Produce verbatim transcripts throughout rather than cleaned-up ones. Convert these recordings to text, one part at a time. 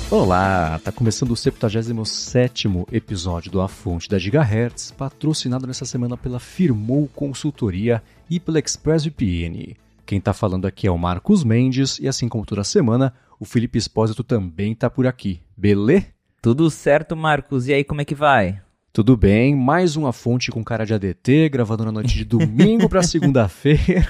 Olá, tá começando o septuagésimo sétimo episódio do A Fonte da Gigahertz, patrocinado nessa semana pela Firmou Consultoria e pela ExpressVPN. Quem tá falando aqui é o Marcos Mendes e assim como toda semana, o Felipe Espósito também tá por aqui, belê? Tudo certo, Marcos, e aí como é que vai? Tudo bem, mais uma fonte com cara de A D T, gravando na noite de domingo pra segunda-feira.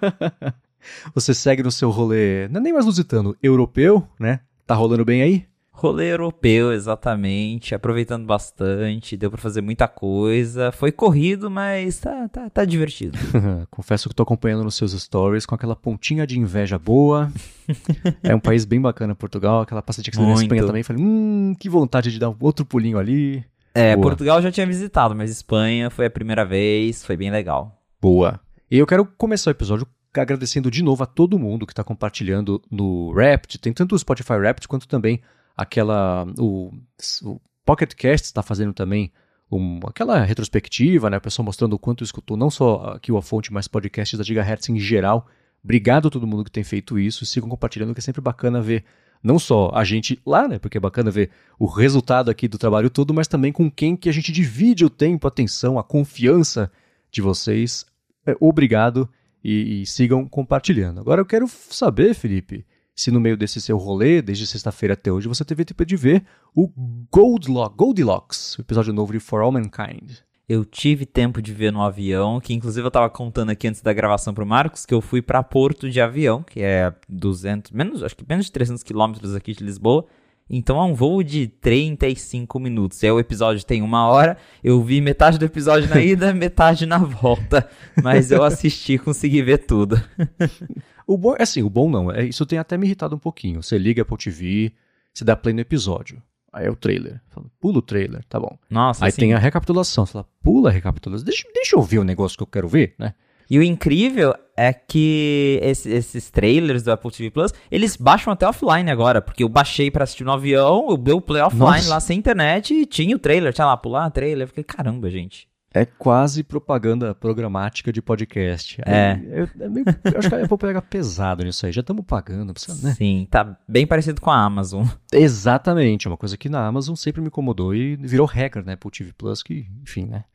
Você segue no seu rolê, não é nem mais lusitano, europeu, né? Tá rolando bem aí? Rolê europeu, exatamente, aproveitando bastante, deu pra fazer muita coisa, foi corrido, mas tá, tá, tá divertido. Confesso que tô acompanhando nos seus stories com aquela pontinha de inveja boa. É um país bem bacana, Portugal, aquela passadinha que você deu na Espanha também, falei, hum, que vontade de dar um outro pulinho ali. É, boa. Portugal eu já tinha visitado, mas Espanha foi a primeira vez, foi bem legal. Boa. E eu quero começar o episódio agradecendo de novo a todo mundo que está compartilhando no Wrapped, tem tanto o Spotify Wrapped quanto também aquela, o, o Pocket Cast está fazendo também um, aquela retrospectiva, né, o pessoal mostrando o quanto escutou, não só aqui o A Fonte, mas podcasts da Gigahertz em geral. Obrigado a todo mundo que tem feito isso, sigam compartilhando, que é sempre bacana ver não só a gente lá, né, porque é bacana ver o resultado aqui do trabalho todo, mas também com quem que a gente divide o tempo, a atenção, a confiança de vocês. É, obrigado. E, e sigam compartilhando. Agora eu quero saber, Felipe, se no meio desse seu rolê, desde sexta-feira até hoje, você teve tempo de ver o Goldilocks, Goldilocks, o episódio novo de For All Mankind. Eu tive tempo de ver no avião, que inclusive eu tava contando aqui antes da gravação pro Marcos, que eu fui pra Porto de avião, que é duzentos, menos, acho que menos de trezentos quilômetros aqui de Lisboa. Então é um voo de trinta e cinco minutos. E aí o episódio tem uma hora, eu vi metade do episódio na ida, metade na volta. Mas eu assisti e consegui ver tudo. O bom, assim, o bom não, é, isso tem até me irritado um pouquinho. Você liga a Apple T V, você dá play no episódio. Aí é o trailer. Fala, pula o trailer, tá bom. Nossa, aí assim, tem a recapitulação. Você fala, pula a recapitulação. Deixa, deixa eu ver o negócio que eu quero ver, né? E o incrível é que esse, esses trailers do Apple T V Plus, eles baixam até offline agora, porque eu baixei pra assistir no avião, eu dei o play offline Nossa. lá sem internet e tinha o trailer, tinha lá, pular trailer, eu fiquei, caramba, gente. É quase propaganda programática de podcast. É. Aí, eu, é meio, eu acho que a Apple pega pesado nisso aí, já estamos pagando, precisa, né? Sim, tá bem parecido com a Amazon. Exatamente, uma coisa que na Amazon sempre me incomodou e virou regra, né, Apple T V Plus, que, enfim, né?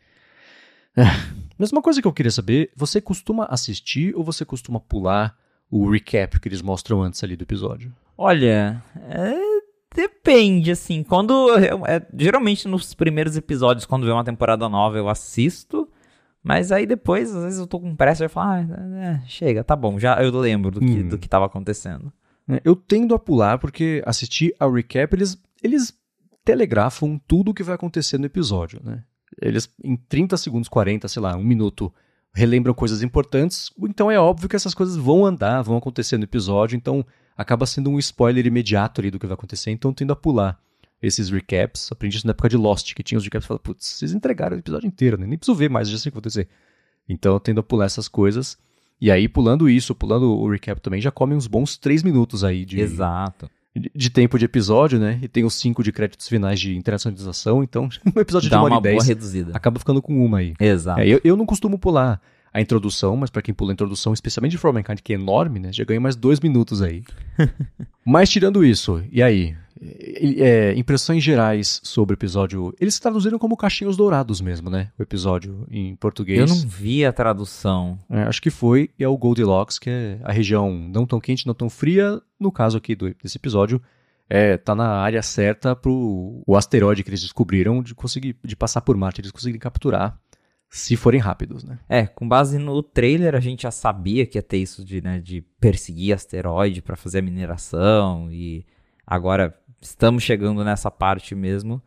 Mas uma coisa que eu queria saber, você costuma assistir ou você costuma pular o recap que eles mostram antes ali do episódio? Olha, é, depende, assim, quando, eu, é, geralmente nos primeiros episódios, quando vem uma temporada nova, eu assisto, mas aí depois, às vezes eu tô com pressa e eu falo, ah, é, chega, tá bom, já eu lembro do que, hum. do que tava acontecendo. Eu tendo a pular porque assistir ao recap, eles, eles telegrafam tudo o que vai acontecer no episódio, né? Eles, em trinta segundos, quarenta, sei lá, um minuto, relembram coisas importantes, então é óbvio que essas coisas vão andar, vão acontecer no episódio, então acaba sendo um spoiler imediato ali do que vai acontecer, então tendo a pular esses recaps. Aprendi isso na época de Lost, que tinha os recaps e falava, putz, vocês entregaram o episódio inteiro, né? Nem preciso ver mais, já sei o que vai acontecer. Então eu tendo a pular essas coisas, e aí pulando isso, pulando o recap também, já come uns bons três minutos aí de... Exato. de tempo de episódio, né? E tem os cinco de créditos finais de internacionalização, então um episódio de uma hora e dez reduzida. Acaba ficando com uma aí. Exato. É, eu, eu não costumo pular a introdução, mas pra quem pula a introdução, especialmente de For All Mankind, que é enorme, né? Já ganha mais dois minutos aí. Mas tirando isso, e aí? É, impressões gerais sobre o episódio. Eles traduziram como Cachinhos Dourados mesmo, né? O episódio em português. Eu não vi a tradução. É, acho que foi, e é o Goldilocks, que é a região não tão quente, não tão fria. No caso aqui do, desse episódio, é, tá na área certa pro o asteroide que eles descobriram de conseguir de passar por Marte, eles conseguirem capturar, se forem rápidos, né? É, com base no trailer, a gente já sabia que ia ter isso de, né, de perseguir asteroide para fazer a mineração, e agora estamos chegando nessa parte mesmo.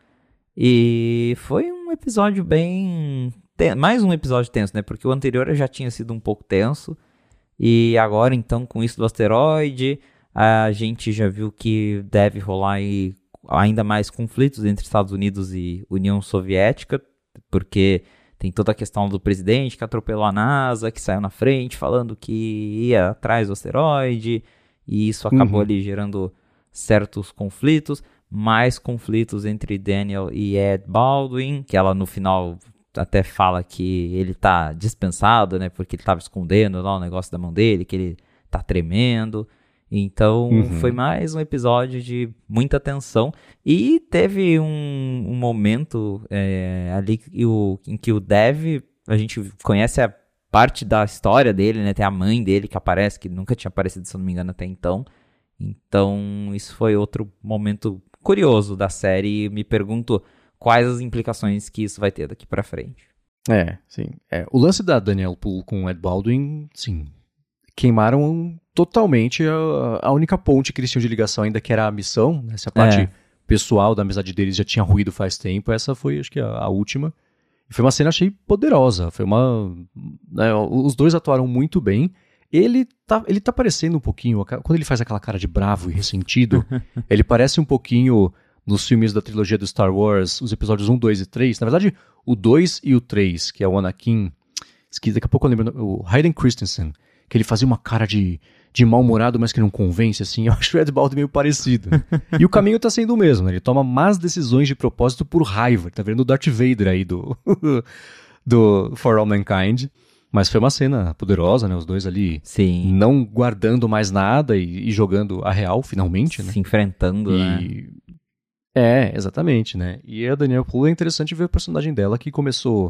E foi um episódio bem... mais um episódio tenso, né? Porque o anterior já tinha sido um pouco tenso, e agora, então, com isso do asteroide, a gente já viu que deve rolar aí ainda mais conflitos entre Estados Unidos e União Soviética, porque tem toda a questão do presidente que atropelou a NASA, que saiu na frente falando que ia atrás do asteroide, e isso acabou uhum. ali gerando certos conflitos, mais conflitos entre Daniel e Ed Baldwin, que ela no final até fala que ele tá dispensado, né, porque ele tava escondendo lá o negócio da mão dele, que ele tá tremendo. Então, Uhum. foi mais um episódio de muita tensão. E teve um, um momento é, ali que o, em que o Dev, a gente conhece a parte da história dele, né? Tem a mãe dele que aparece, que nunca tinha aparecido, se eu não me engano, até então. Então, isso foi outro momento curioso da série. E me pergunto quais as implicações que isso vai ter daqui pra frente. É, sim. É, o lance da Danielle Poole com o Ed Baldwin, sim, queimaram totalmente a, a única ponte que eles tinham de ligação ainda, que era a missão, né? Essa parte É. pessoal da amizade deles já tinha ruído faz tempo, essa foi, acho que, a, a última. E foi uma cena, achei, poderosa, foi uma... né, os dois atuaram muito bem. Ele tá, ele tá parecendo um pouquinho, quando ele faz aquela cara de bravo e ressentido, ele parece um pouquinho nos filmes da trilogia do Star Wars, os episódios um, dois e três. Na verdade, o dois e o três, que é o Anakin, que daqui a pouco eu lembro, o Hayden Christensen, que ele fazia uma cara de, de mal-humorado, mas que não convence, assim. Eu acho o Ed Baldwin meio parecido. E o caminho tá sendo o mesmo, né? Ele toma más decisões de propósito por raiva. Tá vendo o Darth Vader aí do, do For All Mankind. Mas foi uma cena poderosa, né? Os dois ali Sim. não guardando mais nada e, e jogando a real, finalmente, né? Se enfrentando, E... né? É, exatamente, né? E a Danielle Poole é interessante ver a personagem dela que começou...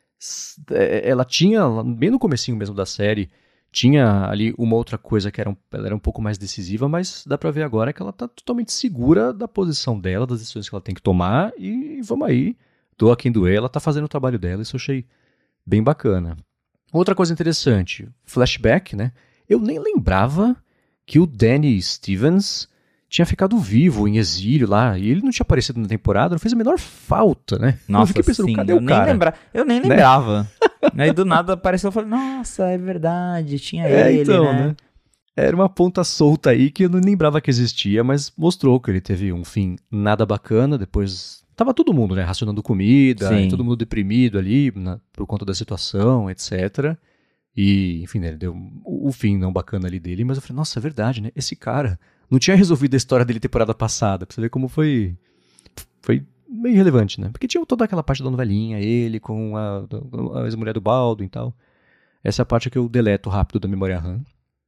Ela tinha, bem no comecinho mesmo da série, tinha ali uma outra coisa que era um, ela era um pouco mais decisiva, mas dá pra ver agora que ela tá totalmente segura da posição dela, das decisões que ela tem que tomar, e vamos aí, doa quem doer, ela tá fazendo o trabalho dela, isso eu achei bem bacana. Outra coisa interessante, flashback, né? Eu nem lembrava que o Danny Stevens tinha ficado vivo em exílio lá, e ele não tinha aparecido na temporada, não fez a menor falta, né? Nossa, eu fiquei pensando, sim, cadê eu o nem cara? lembra... Eu nem Né? lembrava. Aí do nada apareceu e falei, nossa, é verdade, tinha É, ele, então, né? né? Era uma ponta solta aí que eu não lembrava que existia, mas mostrou que ele teve um fim nada bacana, depois tava todo mundo, né, racionando comida, Sim. e todo mundo deprimido ali, na- por conta da situação, etcétera. E, enfim, né, ele deu o, o fim não bacana ali dele, mas eu falei, nossa, é verdade, né, esse cara não tinha resolvido a história dele temporada passada, pra você ver como foi, foi meio relevante, né, porque tinha toda aquela parte da novelinha, ele com a, a ex-mulher do Baldwin e tal. Essa é a parte que eu deleto rápido da memória RAM.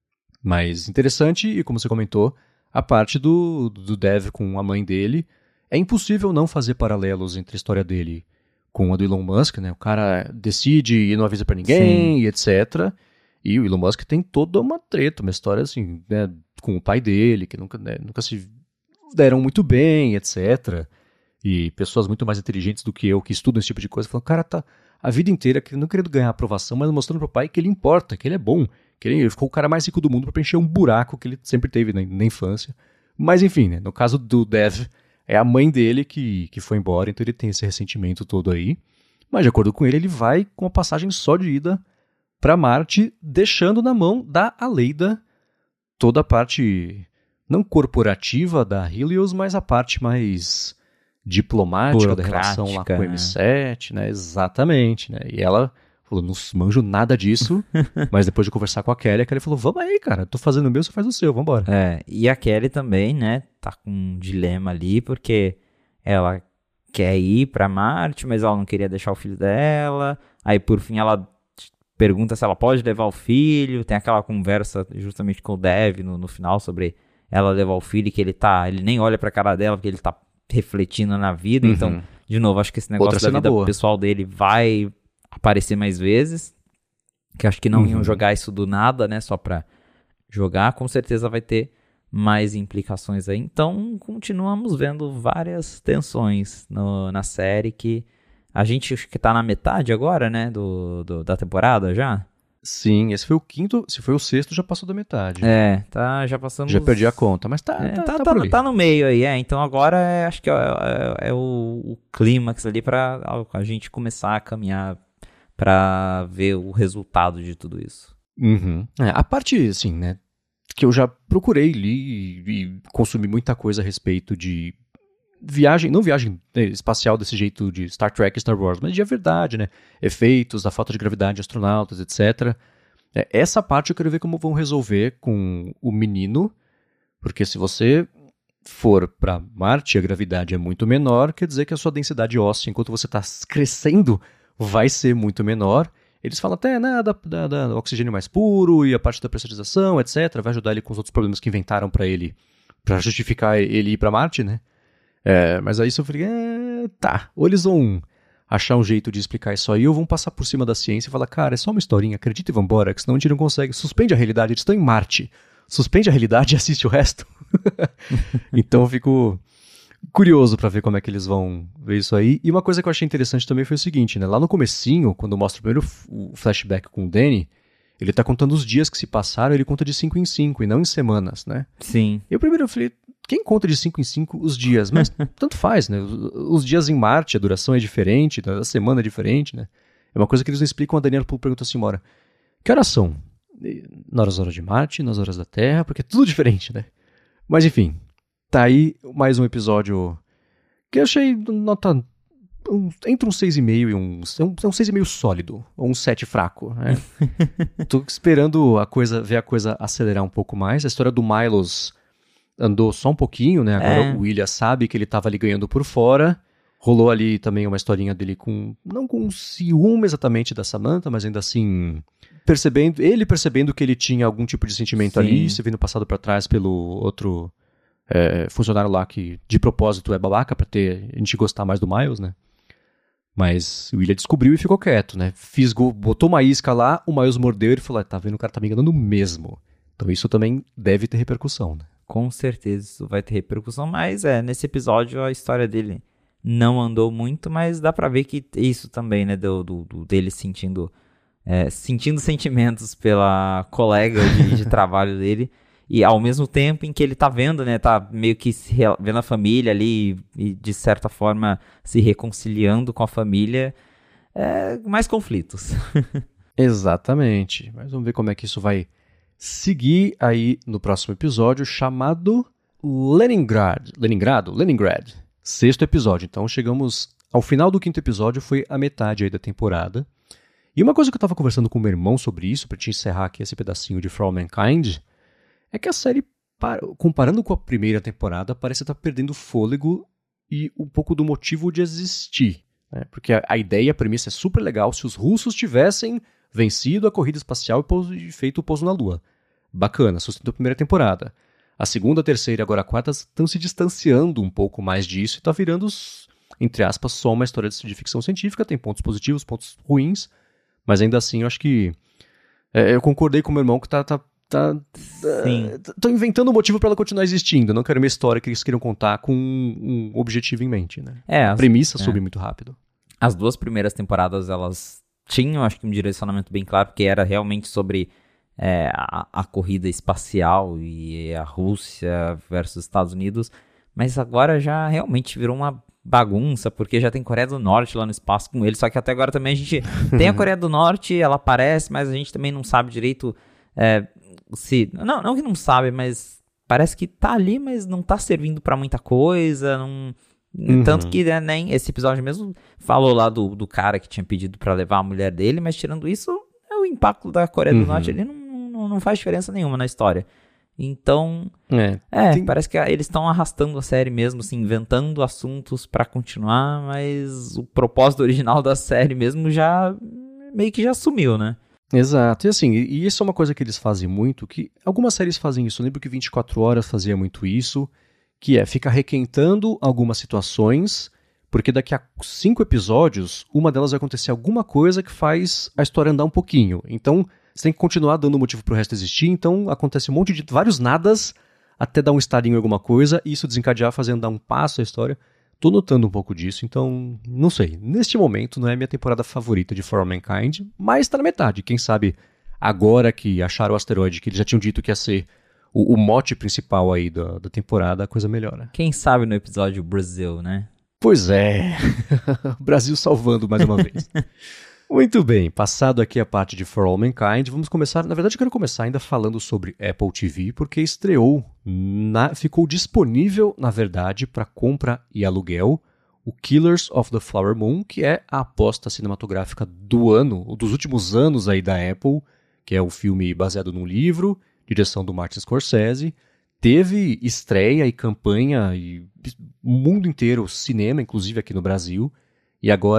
Mas interessante, e como você comentou, a parte do, do Dev com a mãe dele. É impossível não fazer paralelos entre a história dele com a do Elon Musk, né? O cara decide e não avisa pra ninguém, e etcétera. E o Elon Musk tem toda uma treta, uma história assim, né, com o pai dele, que nunca, né, nunca se deram muito bem, etcétera. E pessoas muito mais inteligentes do que eu, que estudam esse tipo de coisa, falam, cara, tá a vida inteira não querendo ganhar aprovação, mas mostrando pro pai que ele importa, que ele é bom, que ele ficou o cara mais rico do mundo pra preencher um buraco que ele sempre teve na, na infância. Mas enfim, né, no caso do Dev, é a mãe dele que, que foi embora, então ele tem esse ressentimento todo aí. Mas de acordo com ele, ele vai com a passagem só de ida pra Marte, deixando na mão da Aleida toda a parte, não corporativa da Helios, mas a parte mais diplomática da relação lá com o M sete, né? Exatamente, né? E ela falou, não manjo nada disso, mas depois de conversar com a Kelly, a Kelly falou, vamos aí, cara, tô fazendo o meu, você faz o seu, vambora. É, e a Kelly também, né, tá com um dilema ali, porque ela quer ir pra Marte, mas ela não queria deixar o filho dela, aí por fim ela pergunta se ela pode levar o filho, tem aquela conversa justamente com o Dev no, no final sobre ela levar o filho, que ele tá, ele nem olha pra cara dela, porque ele tá refletindo na vida, uhum. Então, de novo, acho que esse negócio da vida boa. pessoal dele vai aparecer mais vezes, que acho que não uhum. iam jogar isso do nada, né, só pra jogar, com certeza vai ter mais implicações aí, então continuamos vendo várias tensões no, na série, que a gente acho que tá na metade agora, né, do, do, da temporada já. Sim, esse foi o quinto, se foi o sexto, já passou da metade. É, tá, já passamos... Já perdi a conta, mas tá, é, tá, tá, tá, tá, por ali. Tá no meio aí, é, então agora é, acho que é, é, é o, o clímax ali pra a gente começar a caminhar pra ver o resultado de tudo isso. Uhum. É, a parte, assim, né, que eu já procurei, li e, e consumi muita coisa a respeito de viagem, não viagem espacial desse jeito de Star Trek e Star Wars, mas de verdade, né? Efeitos, a falta de gravidade de astronautas, etcétera. É, essa parte eu quero ver como vão resolver com o menino, porque se você for para Marte e a gravidade é muito menor, quer dizer que a sua densidade óssea, enquanto você está crescendo, vai ser muito menor. Eles falam até né, da, da, da oxigênio mais puro e a parte da pressurização, etcétera. Vai ajudar ele com os outros problemas que inventaram pra ele, pra justificar ele ir pra Marte, né? É, mas aí eu falei, é, tá, ou eles vão achar um jeito de explicar isso aí, ou vão passar por cima da ciência e falar, cara, é só uma historinha, acredita e vambora, que senão a gente não consegue. Suspende a realidade, eles estão em Marte. Suspende a realidade e assiste o resto. Então eu fico curioso pra ver como é que eles vão ver isso aí. E uma coisa que eu achei interessante também foi o seguinte, né? Lá no comecinho, quando mostra o primeiro o flashback com o Danny, ele tá contando os dias que se passaram, ele conta de cinco em cinco e não em semanas, né? Sim. E eu primeiro eu falei, quem conta de cinco em cinco os dias? Mas tanto faz, né? Os, os dias em Marte, a duração é diferente, a semana é diferente, né? É uma coisa que eles não explicam. A Daniela pergunta assim, Mora, que horas são? Nas horas de Marte, nas horas da Terra, porque é tudo diferente, né? Mas enfim, tá aí mais um episódio que eu achei nota um, entre um seis vírgula cinco e um, um, um seis vírgula cinco sólido, ou um sete fraco, né? Tô esperando a coisa, ver a coisa acelerar um pouco mais. A história do Milos andou só um pouquinho, né? Agora é. O William sabe que ele tava ali ganhando por fora. Rolou ali também uma historinha dele com, não com ciúme exatamente da Samantha, mas ainda assim, percebendo, ele percebendo que ele tinha algum tipo de sentimento Sim. ali, se vendo passado pra trás pelo outro é, funcionário lá que de propósito é babaca pra ter a gente gostar mais do Miles, né? Mas o William descobriu e ficou quieto, né? Fisgou, botou uma isca lá, o Miles mordeu e ele falou, ah, tá vendo, o cara tá me enganando mesmo. Então isso também deve ter repercussão, né? Com certeza isso vai ter repercussão, mas é, nesse episódio a história dele não andou muito, mas dá pra ver que isso também, né, do, do, do dele sentindo, é, sentindo sentimentos pela colega de, de trabalho dele, e ao mesmo tempo em que ele tá vendo, né, tá meio que se, vendo a família ali e de certa forma se reconciliando com a família, é, mais conflitos. Exatamente, mas vamos ver como é que isso vai seguir aí no próximo episódio, chamado Leningrad. Leningrado? Leningrad. Sexto episódio. Então chegamos ao final do quinto episódio, foi a metade aí da temporada. E uma coisa que eu tava conversando com o meu irmão sobre isso, pra te encerrar aqui esse pedacinho de For All Mankind, é que a série, comparando com a primeira temporada, parece estar perdendo fôlego e um pouco do motivo de existir. Né? Porque a, a ideia, a premissa é super legal. Se os russos tivessem vencido a corrida espacial e, pouso, e feito o pouso na Lua. Bacana, sustentou a primeira temporada. A segunda, a terceira e agora a quarta estão se distanciando um pouco mais disso e tá virando, entre aspas, só uma história de ficção científica. Tem pontos positivos, pontos ruins, mas ainda assim eu acho que... É, eu concordei com o meu irmão que tá... tá Tá, tô inventando um motivo pra ela continuar existindo. Eu não quero uma história que eles queiram contar com um, um objetivo em mente, né? É, as, a premissa é. sobe muito rápido. As duas primeiras temporadas, elas tinham, acho que, um direcionamento bem claro, porque era realmente sobre é, a, a corrida espacial e a Rússia versus Estados Unidos, mas agora já realmente virou uma bagunça, porque já tem Coreia do Norte lá no espaço com eles, só que até agora também a gente tem a Coreia do Norte, ela aparece, mas a gente também não sabe direito... É, se, não, não que não sabe, mas parece que tá ali, mas não tá servindo pra muita coisa, não, uhum. Tanto que né, nem esse episódio mesmo falou lá do, do cara que tinha pedido pra levar a mulher dele, mas tirando isso, é o impacto da Coreia uhum. do Norte ali não, não, não faz diferença nenhuma na história. Então, é, é tem... parece que eles estão arrastando a série mesmo, assim, inventando assuntos pra continuar, mas o propósito original da série mesmo já meio que já sumiu, né? Exato, e assim, e isso é uma coisa que eles fazem muito, que algumas séries fazem isso, eu lembro que vinte e quatro horas fazia muito isso, que é ficar requentando algumas situações, porque daqui a cinco episódios, uma delas vai acontecer alguma coisa que faz a história andar um pouquinho, então você tem que continuar dando motivo pro resto existir, então acontece um monte de vários nadas, até dar um estalinho em alguma coisa, e isso desencadear, fazendo dar um passo à história. Tô notando um pouco disso, então, não sei. Neste momento, não é a minha temporada favorita de For All Mankind, mas tá na metade. Quem sabe, agora que acharam o asteroide, que eles já tinham dito que ia ser o, o mote principal aí da, da temporada, a coisa melhora. Quem sabe no episódio Brasil, né? Pois é. Brasil salvando mais uma vez. Muito bem, passado aqui a parte de For All Mankind, vamos começar, na verdade eu quero começar ainda falando sobre Apple T V, porque estreou, na, ficou disponível, na verdade, para compra e aluguel, o Killers of the Flower Moon, que é a aposta cinematográfica do ano, ou dos últimos anos aí da Apple, que é o filme baseado num livro, direção do Martin Scorsese, teve estreia e campanha, e o mundo inteiro, cinema, inclusive aqui no Brasil, e agora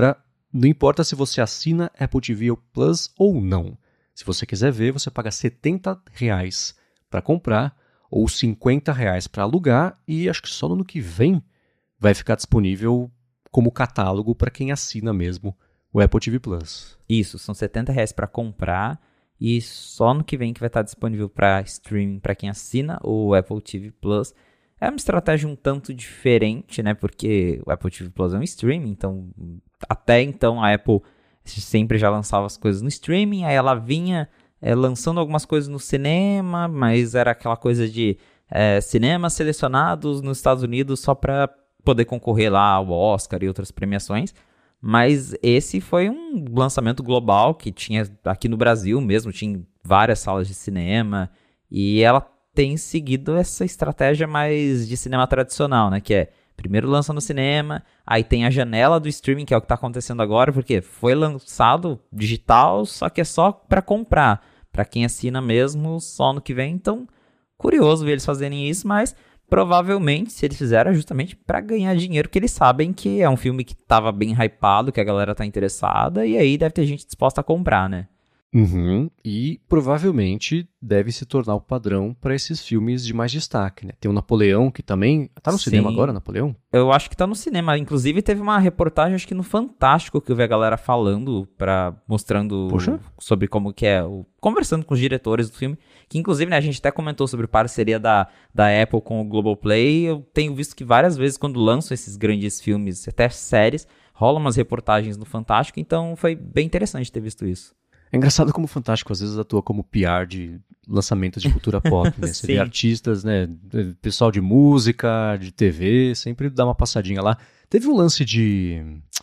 não importa se você assina Apple T V Plus ou não. Se você quiser ver, você paga setenta reais para comprar ou cinquenta reais para alugar e acho que só no ano que vem vai ficar disponível como catálogo para quem assina mesmo o Apple T V Plus. Isso, são setenta reais para comprar e só no que vem que vai estar disponível para streaming para quem assina o Apple T V Plus. É uma estratégia um tanto diferente, né? Porque o Apple T V Plus é um streaming, então até então a Apple sempre já lançava as coisas no streaming, aí ela vinha é, lançando algumas coisas no cinema, mas era aquela coisa de é, cinemas selecionados nos Estados Unidos só para poder concorrer lá ao Oscar e outras premiações. Mas esse foi um lançamento global que tinha aqui no Brasil mesmo, tinha várias salas de cinema, e ela tem seguido essa estratégia mais de cinema tradicional, né? Que é, primeiro lança no cinema, aí tem a janela do streaming, que é o que está acontecendo agora, porque foi lançado digital, só que é só para comprar. Para quem assina mesmo, só no que vem. Então, curioso ver eles fazerem isso, mas provavelmente, se eles fizeram, é justamente para ganhar dinheiro, porque eles sabem que é um filme que estava bem hypado, que a galera tá interessada, e aí deve ter gente disposta a comprar, né? Uhum. E provavelmente deve se tornar o padrão para esses filmes de mais destaque, né? Tem o Napoleão, que também... Tá no Sim. cinema agora, Napoleão? Eu acho que tá no cinema. Inclusive, teve uma reportagem, acho que no Fantástico, que eu vi a galera falando, pra, mostrando Poxa. sobre como que é, o, conversando com os diretores do filme, que inclusive, né, a gente até comentou sobre parceria da, da Apple com o Globoplay. Eu tenho visto que várias vezes, quando lançam esses grandes filmes, até séries, rolam umas reportagens no Fantástico, então foi bem interessante ter visto isso. É engraçado como o Fantástico às vezes atua como P R de lançamentos de cultura pop, né? Você vê Sim. artistas, né? Pessoal de música, de T V, sempre dá uma passadinha lá. Teve um lance de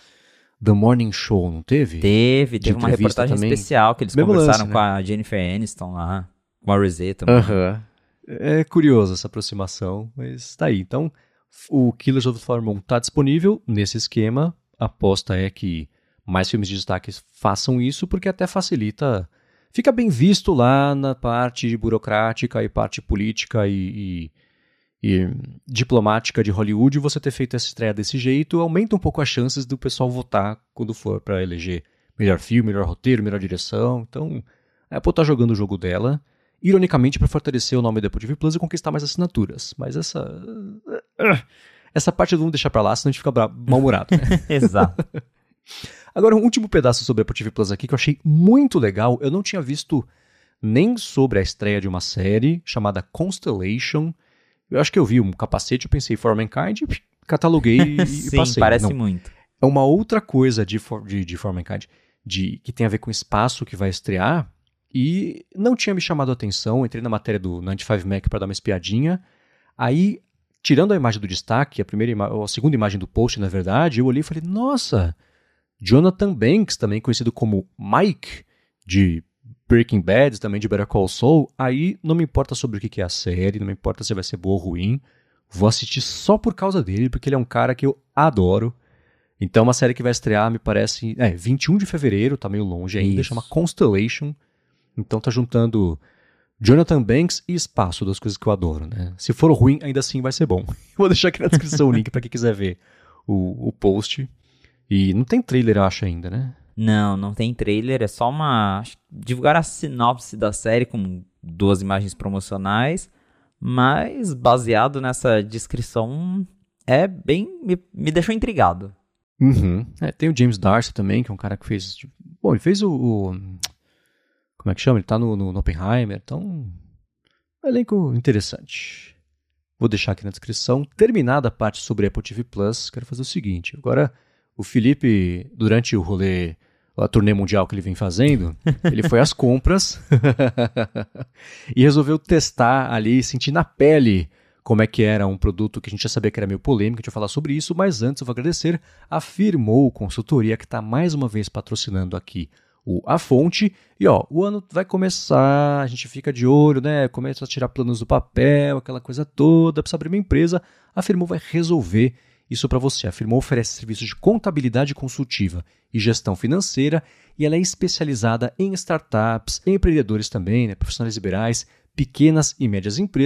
The Morning Show, não teve? Teve, De teve uma entrevista reportagem também. especial que eles Mesmo conversaram lance, com né? a Jennifer Aniston lá, com a Rosetta também. Aham. É curioso essa aproximação, mas tá aí. Então, o Killers of the Flower Moon tá disponível nesse esquema. A aposta é que mais filmes de destaque façam isso, porque até facilita, fica bem visto lá na parte burocrática e parte política e, e, e diplomática de Hollywood, você ter feito essa estreia desse jeito, aumenta um pouco as chances do pessoal votar quando for para eleger melhor filme, melhor roteiro, melhor direção. Então, a Apple tá jogando o jogo dela, ironicamente para fortalecer o nome da Apple T V Plus e conquistar mais assinaturas. Mas essa essa parte vamos deixar para lá, senão a gente fica bra- mal-humorado, né? Exato. Agora, um último pedaço sobre a Apple T V Plus aqui que eu achei muito legal. Eu não tinha visto nem sobre a estreia de uma série chamada Constellation. Eu acho que eu vi um capacete, eu pensei For Mankind, cataloguei e Sim, passei. parece Não. muito. É uma outra coisa de, For- de, de For Mankind de, que tem a ver com espaço que vai estrear e não tinha me chamado a atenção. Entrei na matéria do noventa e cinco Mac para dar uma espiadinha. Aí, tirando a imagem do destaque, a, primeira ima- a segunda imagem do post, na verdade, eu olhei e falei, nossa... Jonathan Banks, também conhecido como Mike, de Breaking Bad, também de Better Call Saul. Aí não me importa sobre o que é a série, não me importa se vai ser boa ou ruim. Vou assistir só por causa dele, porque ele é um cara que eu adoro. Então, uma série que vai estrear, me parece, é, vinte e um de fevereiro, tá meio longe ainda, Isso. chama Constellation. Então tá juntando Jonathan Banks e espaço, das coisas que eu adoro, né? Se for ruim, ainda assim vai ser bom. Vou deixar aqui na descrição o link pra quem quiser ver o, o post. E não tem trailer, eu acho, ainda, né? Não, não tem trailer, é só uma... acho que divulgar a sinopse da série com duas imagens promocionais, mas baseado nessa descrição, é bem... me, me deixou intrigado. Uhum. É, tem o James Darcy também, que é um cara que fez... Tipo, bom, ele fez o, o... Como é que chama? Ele tá no, no, no Oppenheimer, então... Um elenco interessante. Vou deixar aqui na descrição. Terminada a parte sobre Apple T V Plus, quero fazer o seguinte. Agora... O Felipe, durante o rolê, a turnê mundial que ele vem fazendo, ele foi às compras e resolveu testar ali, sentir na pele como é que era um produto que a gente já sabia que era meio polêmico, a gente vai falar sobre isso, mas antes eu vou agradecer a Firmou Consultoria, que está mais uma vez patrocinando aqui o A Fonte. E ó, o ano vai começar, a gente fica de olho, né? Começa a tirar planos do papel, aquela coisa toda, precisa abrir uma empresa, a Firmou vai resolver isso para você. A Firmou oferece serviços de contabilidade consultiva e gestão financeira e ela é especializada em startups, empreendedores também, né, profissionais liberais, pequenas e médias empresas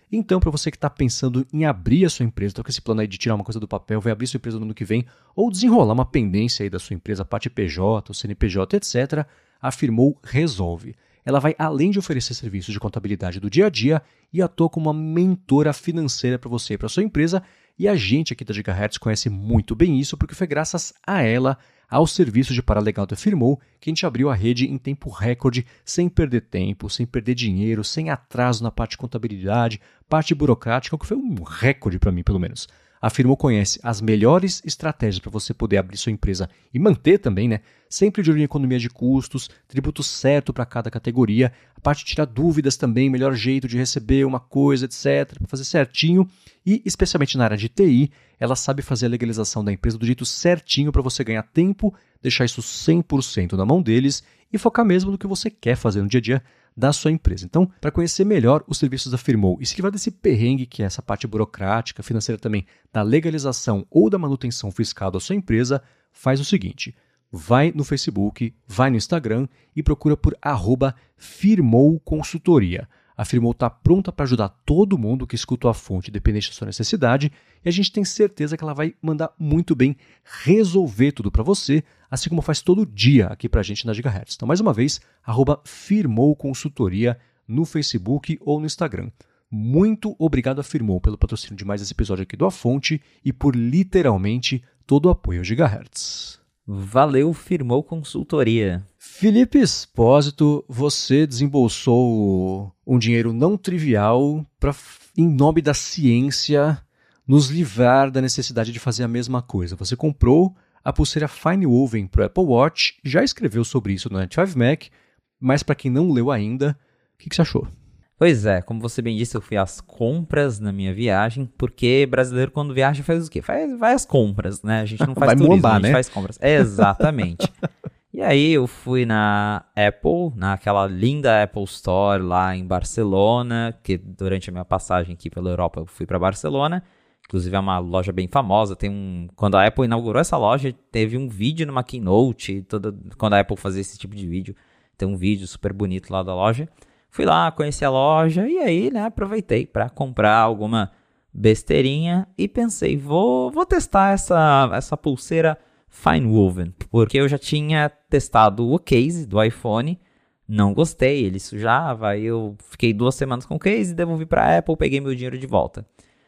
Então, para você que está pensando em abrir a sua empresa, está com esse plano aí de tirar uma coisa do papel, vai abrir sua empresa no ano que vem, ou desenrolar uma pendência aí da sua empresa, a parte P J, o C N P J, etcétera, a Firmoo resolve. Ela vai, além de oferecer serviços de contabilidade do dia a dia, e atua como uma mentora financeira para você e para sua empresa, e a gente aqui da Gigahertz conhece muito bem isso, porque foi graças a ela, ao serviço de paralegal da Firmoo, que a gente abriu a rede em tempo recorde, sem perder tempo, sem perder dinheiro, sem atraso na parte de contabilidade, parte burocrática, o que foi um recorde para mim, pelo menos. A Firmoo conhece as melhores estratégias para você poder abrir sua empresa e manter também, né? Sempre de olho em economia de custos, tributo certo para cada categoria, a parte de tirar dúvidas também, melhor jeito de receber uma coisa, etcétera, para fazer certinho. E, especialmente na área de T I, ela sabe fazer a legalização da empresa do jeito certinho para você ganhar tempo, deixar isso cem por cento na mão deles e focar mesmo no que você quer fazer no dia a dia da sua empresa. Então, para conhecer melhor os serviços da Firmoo e se livrar desse perrengue que é essa parte burocrática, financeira também, da legalização ou da manutenção fiscal da sua empresa, faz o seguinte, vai no Facebook, vai no Instagram e procura por arroba Firmoo Consultoria. A Firmoo está pronta para ajudar todo mundo que escuta a fonte, independente da sua necessidade, e a gente tem certeza que ela vai mandar muito bem resolver tudo para você, assim como faz todo dia aqui para a gente na Gigahertz. Então, mais uma vez, arroba Firmoo Consultoria no Facebook ou no Instagram. Muito obrigado a Firmoo pelo patrocínio de mais esse episódio aqui do A Fonte e por literalmente todo o apoio ao Gigahertz. Valeu, Firmoo Consultoria. Felipe Espósito, você desembolsou um dinheiro não trivial para, em nome da ciência, nos livrar da necessidade de fazer a mesma coisa. Você comprou a pulseira Fine Woven para o Apple Watch, já escreveu sobre isso no noventa e cinco Mac, mas para quem não leu ainda, o que, que você achou? Pois é, como você bem disse, eu fui às compras na minha viagem, porque brasileiro quando viaja faz o quê? Faz, vai às compras, né? A gente não faz vai turismo, mombar, a gente né? faz compras. Exatamente. E aí eu fui na Apple, naquela linda Apple Store lá em Barcelona, que durante a minha passagem aqui pela Europa eu fui para Barcelona. Inclusive é uma loja bem famosa, tem um... Quando a Apple inaugurou essa loja, teve um vídeo numa keynote, toda... quando a Apple fazia esse tipo de vídeo, tem um vídeo super bonito lá da loja. Fui lá, conheci a loja e aí, né, aproveitei para comprar alguma besteirinha e pensei, vou, vou testar essa, essa pulseira Fine Woven, porque eu já tinha testado o case do iPhone, não gostei, ele sujava, aí eu fiquei duas semanas com o case, devolvi para a Apple, peguei meu dinheiro de volta.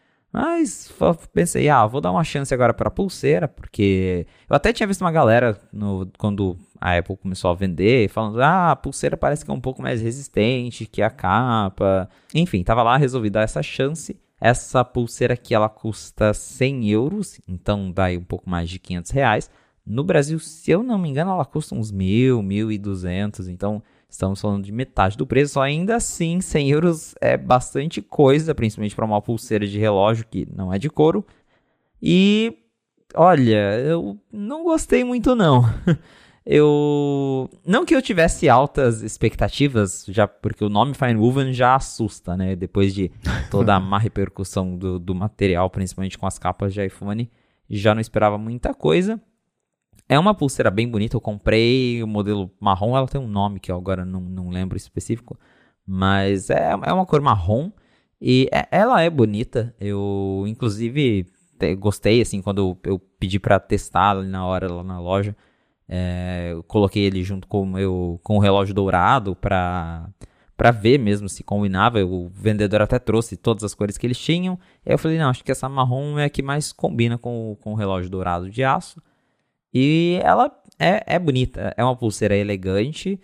Mas pensei, ah, vou dar uma chance agora para a pulseira, porque eu até tinha visto uma galera no, quando a Apple começou a vender, falando, ah, a pulseira parece que é um pouco mais resistente que a capa. Enfim, tava lá, resolvi dar essa chance. Essa pulseira aqui, ela custa cem euros, então dá aí um pouco mais de quinhentos reais. No Brasil, se eu não me engano, ela custa uns mil, mil e duzentos, então estamos falando de metade do preço. Ainda assim, cem euros é bastante coisa, principalmente para uma pulseira de relógio que não é de couro. E, olha, eu não gostei muito não. Eu... Não que eu tivesse altas expectativas, já porque o nome Fine Woven já assusta, né? Depois de toda a má repercussão do, do material, principalmente com as capas de iPhone, já não esperava muita coisa. É uma pulseira bem bonita, eu comprei o modelo marrom, ela tem um nome que eu agora não, não lembro específico, mas é, é uma cor marrom e é, ela é bonita. Eu, inclusive, te, gostei, assim, quando eu, eu pedi para testar ali na hora, lá na loja, é, eu coloquei ele junto com o, meu, com o relógio dourado para para ver mesmo se combinava. O vendedor até trouxe todas as cores que eles tinham, aí eu falei, não, acho que essa marrom é a que mais combina com, com o relógio dourado de aço. E ela é, é bonita, é uma pulseira elegante,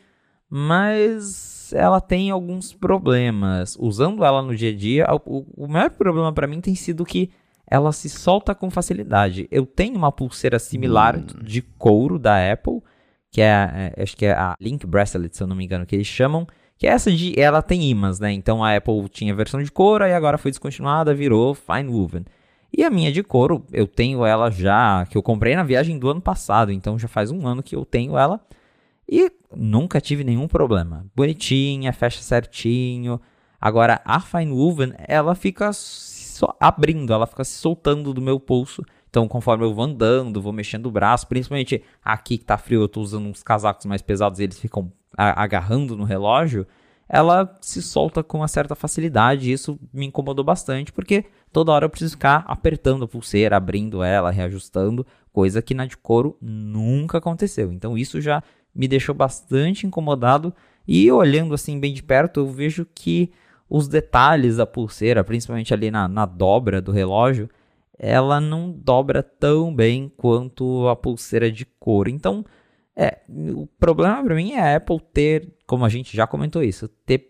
mas ela tem alguns problemas. Usando ela no dia a dia, o, o maior problema para mim tem sido que ela se solta com facilidade. Eu tenho uma pulseira similar hum. de couro da Apple, que é, é, acho que é a Link Bracelet, se eu não me engano, que eles chamam, que é essa de, ela tem ímãs, né? Então a Apple tinha a versão de couro, e agora foi descontinuada, virou Fine Woven. E a minha de couro, eu tenho ela já, que eu comprei na viagem do ano passado, então já faz um ano que eu tenho ela e nunca tive nenhum problema. Bonitinha, fecha certinho. Agora, a Fine Woven, ela fica só abrindo, ela fica se soltando do meu pulso. Então, conforme eu vou andando, vou mexendo o braço, principalmente aqui que tá frio, eu tô usando uns casacos mais pesados e eles ficam a- agarrando no relógio. ela se solta com uma certa facilidade, e isso me incomodou bastante, porque toda hora eu preciso ficar apertando a pulseira, abrindo ela, reajustando, coisa que na de couro nunca aconteceu. Então isso já me deixou bastante incomodado, e olhando assim bem de perto, eu vejo que os detalhes da pulseira, principalmente ali na, na dobra do relógio, ela não dobra tão bem quanto a pulseira de couro. Então, é, o problema para mim é a Apple ter, como a gente já comentou isso, ter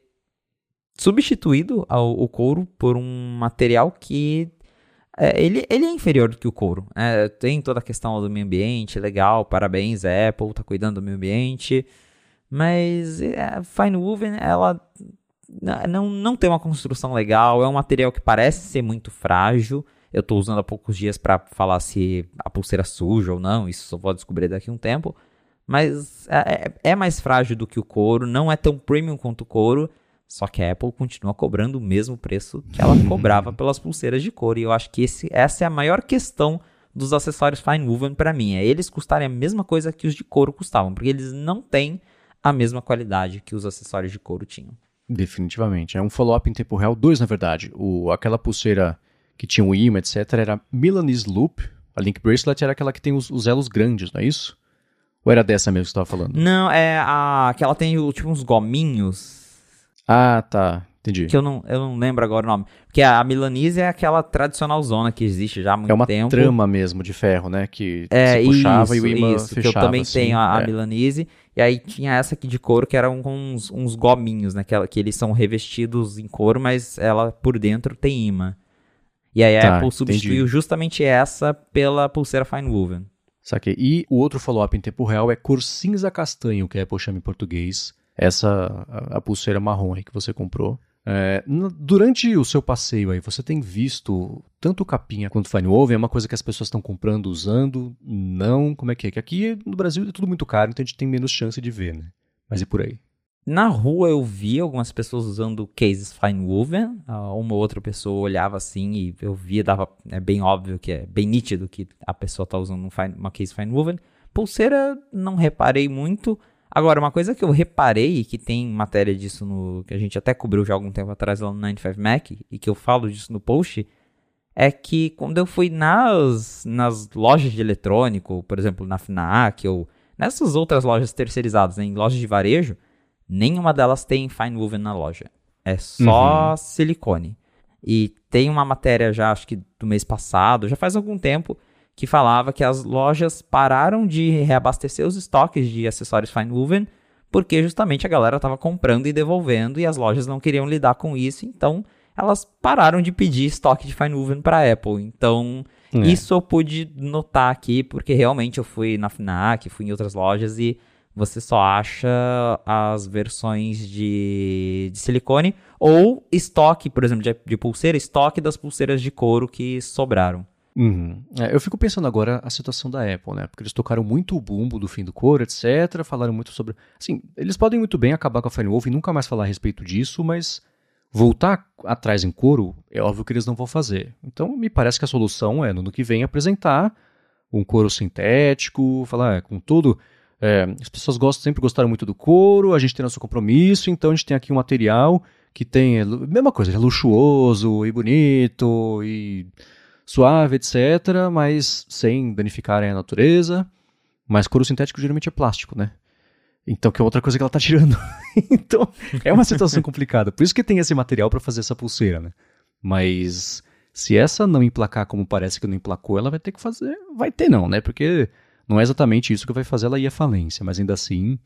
substituído ao, o couro por um material que é, ele, ele é inferior do que o couro. É, tem toda a questão do meio ambiente, legal, parabéns, a Apple tá cuidando do meio ambiente, mas a Fine Woven, ela não, não tem uma construção legal, é um material que parece ser muito frágil. Eu estou usando há poucos dias para falar se a pulseira é suja ou não, isso só vou descobrir daqui a um tempo. Mas é, é mais frágil do que o couro, não é tão premium quanto o couro, só que a Apple continua cobrando o mesmo preço que ela cobrava pelas pulseiras de couro. E eu acho que esse, essa é a maior questão dos acessórios Fine Woven para mim, é eles custarem a mesma coisa que os de couro custavam, porque eles não têm a mesma qualidade que os acessórios de couro tinham. Definitivamente. É um follow-up em tempo real, dois na verdade. O, aquela pulseira que tinha um imã, etcétera, era Milanese Loop. A Link Bracelet era aquela que tem os, os elos grandes, não é isso? Ou era dessa mesmo que você estava falando? Não, é a que ela tem tipo uns gominhos. Ah, tá. Entendi. Que eu não, eu não lembro agora o nome. Porque a Milanese é aquela tradicional zona que existe já há muito tempo. É uma tempo. trama mesmo de ferro, né? Que é, se puxava isso, e o imã isso, fechava. Que eu também assim, tenho a, é. a Milanese. E aí tinha essa aqui de couro que eram com uns, uns gominhos, né? Que, ela, que eles são revestidos em couro, mas ela por dentro tem imã. E aí a Tá, Apple substituiu entendi. justamente essa pela pulseira Fine Woven. Saquei. E o outro follow-up em tempo real é cor cinza castanho, que a Apple chama em português. Essa, a, a pulseira marrom aí que você comprou. É, n- durante o seu passeio aí, você tem visto tanto capinha quanto Fine Woven? É uma coisa que as pessoas estão comprando, usando? Não? Como é que é? Que aqui no Brasil é tudo muito caro, então a gente tem menos chance de ver, né? Mas e por aí? Na rua eu vi algumas pessoas usando cases Fine Woven. Uma ou outra pessoa olhava assim e eu via, dava, é bem óbvio que é bem nítido que a pessoa está usando um fine, uma case Fine Woven. Pulseira não reparei muito. Agora, uma coisa que eu reparei, que tem matéria disso no, que a gente até cobriu já há algum tempo atrás lá no noventa e cinco Mac, e que eu falo disso no post, é que quando eu fui nas, nas lojas de eletrônico, por exemplo, na Fnac, ou nessas outras lojas terceirizadas, né, em lojas de varejo, nenhuma delas tem Fine Woven na loja. É só Uhum. silicone. E tem uma matéria já, acho que do mês passado, já faz algum tempo, que falava que as lojas pararam de reabastecer os estoques de acessórios Fine Woven, porque justamente a galera estava comprando e devolvendo, e as lojas não queriam lidar com isso, então elas pararam de pedir estoque de Fine Woven para a Apple. Então, É. isso eu pude notar aqui, porque realmente eu fui na Fnac, fui em outras lojas, e você só acha as versões de, de silicone, ou estoque, por exemplo, de, de pulseira, estoque das pulseiras de couro que sobraram. Uhum. É, eu fico pensando agora a situação da Apple, né? Porque eles tocaram muito o bumbo do fim do couro, etcétera. Falaram muito sobre... Assim, eles podem muito bem acabar com a Fine Woven e nunca mais falar a respeito disso, mas voltar atrás em couro, é óbvio que eles não vão fazer. Então, me parece que a solução é, no ano que vem, apresentar um couro sintético, falar, é, com tudo... É, as pessoas gostam, sempre gostaram muito do couro, a gente tem nosso compromisso, então a gente tem aqui um material que tem... É, mesma coisa, é luxuoso e bonito e... suave, etcétera, mas sem danificarem a natureza. Mas couro sintético geralmente é plástico, né? Então, que é outra coisa que ela tá tirando. Então, é uma situação complicada. Por isso que tem esse material para fazer essa pulseira, né? Mas se essa não emplacar como parece que não emplacou, ela vai ter que fazer... Vai ter não, né? Porque não é exatamente isso que vai fazer ela ir à falência. Mas ainda assim,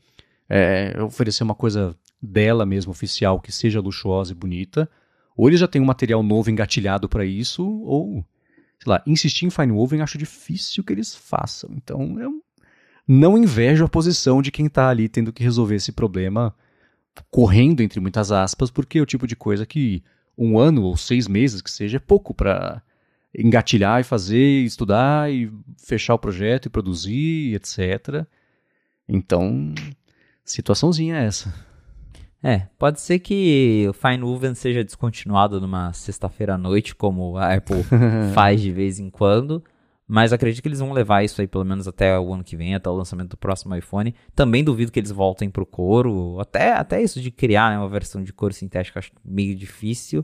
é, oferecer uma coisa dela mesmo, oficial, que seja luxuosa e bonita. Ou eles já têm um material novo engatilhado para isso, ou... sei lá, insistir em Fine Woven acho difícil que eles façam. Então, eu não invejo a posição de quem está ali tendo que resolver esse problema correndo, entre muitas aspas, porque é o tipo de coisa que um ano ou seis meses que seja é pouco para engatilhar e fazer, estudar e fechar o projeto e produzir, etcétera. Então, situaçãozinha é essa. É, pode ser que o Fine Woven seja descontinuado numa sexta-feira à noite, como a Apple faz de vez em quando, Mas acredito que eles vão levar isso aí pelo menos até o ano que vem, até o lançamento do próximo iPhone. Também duvido que eles voltem pro couro. Até, até isso de criar, né, uma versão de couro sintético, acho meio difícil.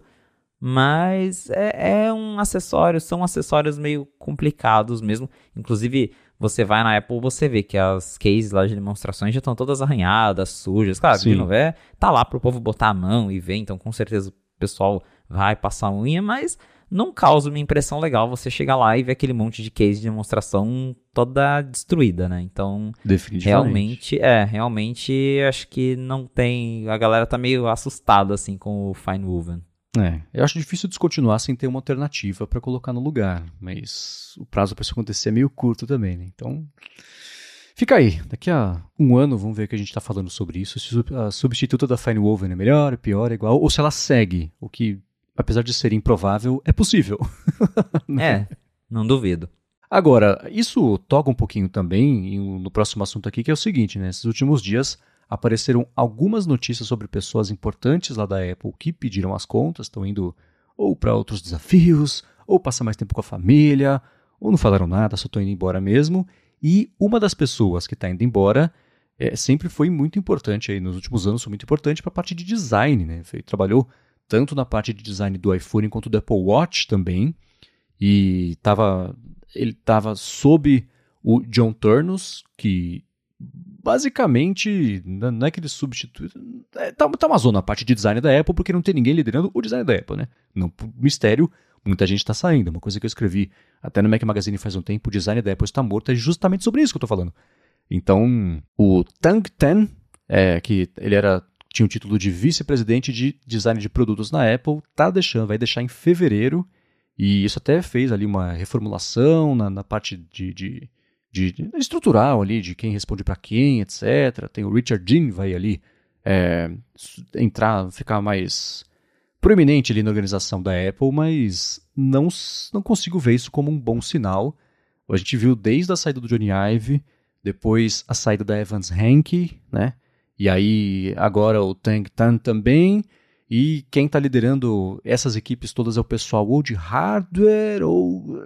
Mas é, é um acessório, são acessórios meio complicados mesmo. Inclusive, você vai na Apple, você vê que as cases lá de demonstrações já estão todas arranhadas, sujas. Claro, Sim. de novo, é, tá lá pro povo botar a mão e ver, então com certeza o pessoal vai passar a unha, mas não causa uma impressão legal você chegar lá e ver aquele monte de case de demonstração toda destruída, né? Então, realmente, é, realmente acho que não tem, a galera tá meio assustada assim com o Finewoven. É, eu acho difícil descontinuar sem ter uma alternativa para colocar no lugar, mas o prazo para isso acontecer é meio curto também, né? Então, fica aí. Daqui a um ano vamos ver o que a gente está falando sobre isso, se a substituta da Finewoven é melhor, é pior, é igual, ou se ela segue, o que, apesar de ser improvável, é possível. É, não duvido. Agora, isso toca um pouquinho também no próximo assunto aqui, que é o seguinte, né? Nesses últimos dias apareceram algumas notícias sobre pessoas importantes lá da Apple que pediram as contas, estão indo ou para outros desafios, ou passar mais tempo com a família, ou não falaram nada, só estão indo embora mesmo. E uma das pessoas que está indo embora é, sempre foi muito importante, aí, nos últimos anos foi muito importante para a parte de design, né? Foi, trabalhou tanto na parte de design do iPhone quanto do Apple Watch também, e tava, ele estava sob o John Turnus, que basicamente, não é que ele substitui. É, tá, tá uma zona a parte de design da Apple, porque não tem ninguém liderando o design da Apple, né? Não, por mistério, muita gente está saindo. Uma coisa que eu escrevi até no Mac Magazine faz um tempo, o design da Apple está morto, é justamente sobre isso que eu tô falando. Então, o Tang Tan, é, que ele era, tinha o título de vice-presidente de design de produtos na Apple, tá deixando, vai deixar em fevereiro, e isso até fez ali uma reformulação na, na parte de, de De, de estrutural ali, de quem responde para quem, etcétera. Tem o Richard Dean, vai ali é, entrar, ficar mais proeminente ali na organização da Apple, mas não, não consigo ver isso como um bom sinal. A gente viu desde a saída do Johnny Ive, depois a saída da Evans Henke, né? E aí agora o Tang Tan também. E quem está liderando essas equipes todas é o pessoal ou de hardware ou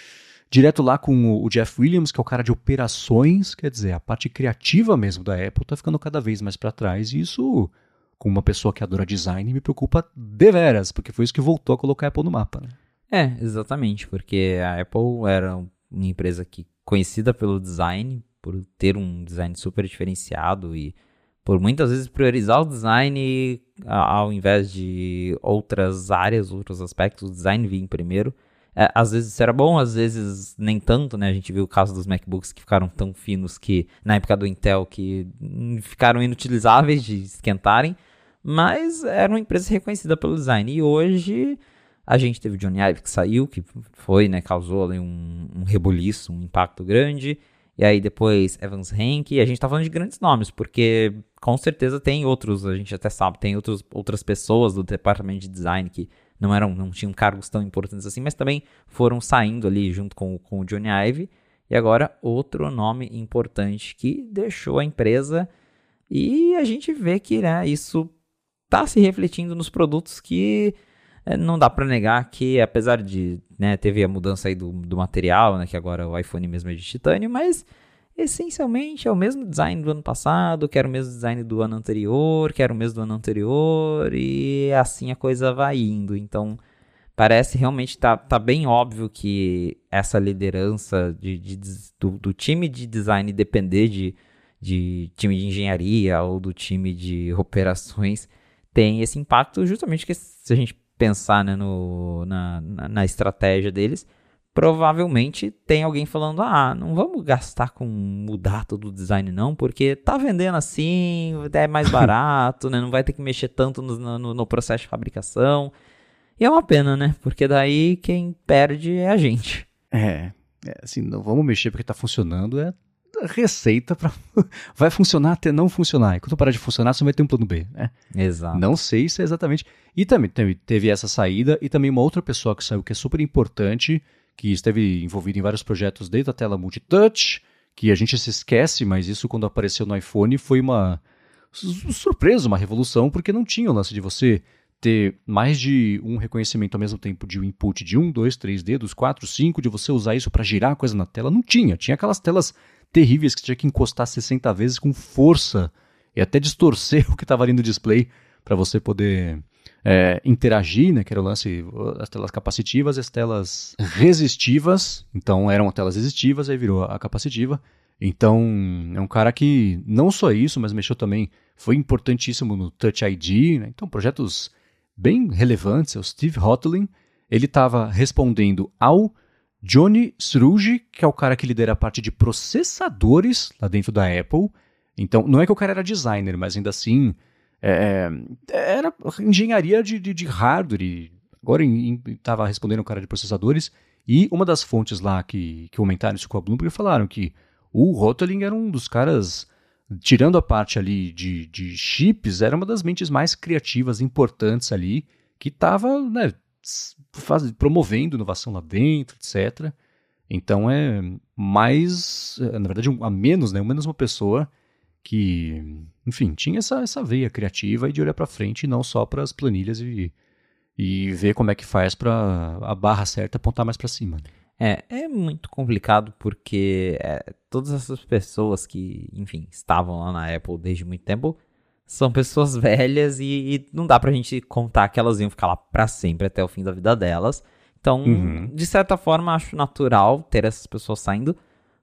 direto lá com o Jeff Williams, que é o cara de operações, quer dizer, a parte criativa mesmo da Apple está ficando cada vez mais para trás, e isso, com uma pessoa que adora design, me preocupa deveras, porque foi isso que voltou a colocar a Apple no mapa. Né? É, exatamente, porque a Apple era uma empresa que, conhecida pelo design, por ter um design super diferenciado e por muitas vezes priorizar o design ao invés de outras áreas, outros aspectos, o design vir em primeiro. É, às vezes isso era bom, às vezes nem tanto, né? A gente viu o caso dos MacBooks que ficaram tão finos que, na época do Intel, que ficaram inutilizáveis de esquentarem, mas era uma empresa reconhecida pelo design. E hoje a gente teve o Johnny Ive que saiu, que foi, né? Causou ali um, um rebuliço, um impacto grande. E aí depois Evans Henke, e a gente tá falando de grandes nomes, porque com certeza tem outros, a gente até sabe, tem outros, outras pessoas do departamento de design que não eram, não tinham cargos tão importantes assim, mas também foram saindo ali junto com, com o Johnny Ive. E agora outro nome importante que deixou a empresa, e a gente vê que, né, isso está se refletindo nos produtos que é, não dá para negar que, apesar de, né, teve a mudança aí do, do material, né, que agora o iPhone mesmo é de titânio, mas essencialmente é o mesmo design do ano passado, que era o mesmo design do ano anterior, que era o mesmo do ano anterior, e assim a coisa vai indo. Então, parece realmente tá, tá bem óbvio que essa liderança de, de, do, do time de design depender de, de time de engenharia ou do time de operações tem esse impacto, justamente que se a gente pensar, né, no, na, na, na estratégia deles, provavelmente tem alguém falando, ah, não vamos gastar com mudar todo o design não, porque tá vendendo assim, é mais barato, né? Não vai ter que mexer tanto no, no, no processo de fabricação. E é uma pena, né? Porque daí quem perde é a gente. É, é assim, não vamos mexer porque tá funcionando, é receita para vai funcionar até não funcionar. E quando parar de funcionar, você vai ter um plano B, né? Exato. Não sei se é exatamente. E também teve essa saída, e também uma outra pessoa que saiu que é super importante, que esteve envolvido em vários projetos desde a tela multitouch, que a gente se esquece, mas isso quando apareceu no iPhone foi uma surpresa, uma revolução, porque não tinha o lance de você ter mais de um reconhecimento ao mesmo tempo de um input de um, dois, três dedos, quatro, cinco, de você usar isso para girar a coisa na tela. Não tinha. Tinha aquelas telas terríveis que tinha que encostar sessenta vezes com força e até distorcer o que estava ali no display para você poder é, interagir, né? Que era o lance, as telas capacitivas e as telas resistivas. Então eram telas resistivas, aí virou a capacitiva. Então é um cara que não só isso, mas mexeu também, foi importantíssimo no Touch I D, né? Então projetos bem relevantes. O Steve Hotelin, ele estava respondendo ao Johnny Srouji, que é o cara que lidera a parte de processadores lá dentro da Apple. Então, não é que o cara era designer, mas ainda assim, é, era engenharia de, de, de hardware. E agora estava respondendo o cara de processadores. E uma das fontes lá que, que comentaram isso com a Bloomberg falaram que o Hotelin era um dos caras, tirando a parte ali de, de chips, era uma das mentes mais criativas, importantes ali, que estava, né, faz, promovendo inovação lá dentro, etcétera. Então é mais, na verdade, um, a menos, né, menos uma pessoa que, enfim, tinha essa, essa veia criativa e de olhar para frente, e não só para as planilhas e, e ver como é que faz para a barra certa apontar mais para cima. É, é muito complicado porque é, todas essas pessoas que, enfim, estavam lá na Apple desde muito tempo são pessoas velhas e, e não dá pra gente contar que elas iam ficar lá pra sempre até o fim da vida delas. Então, uhum. de certa forma, acho natural ter essas pessoas saindo,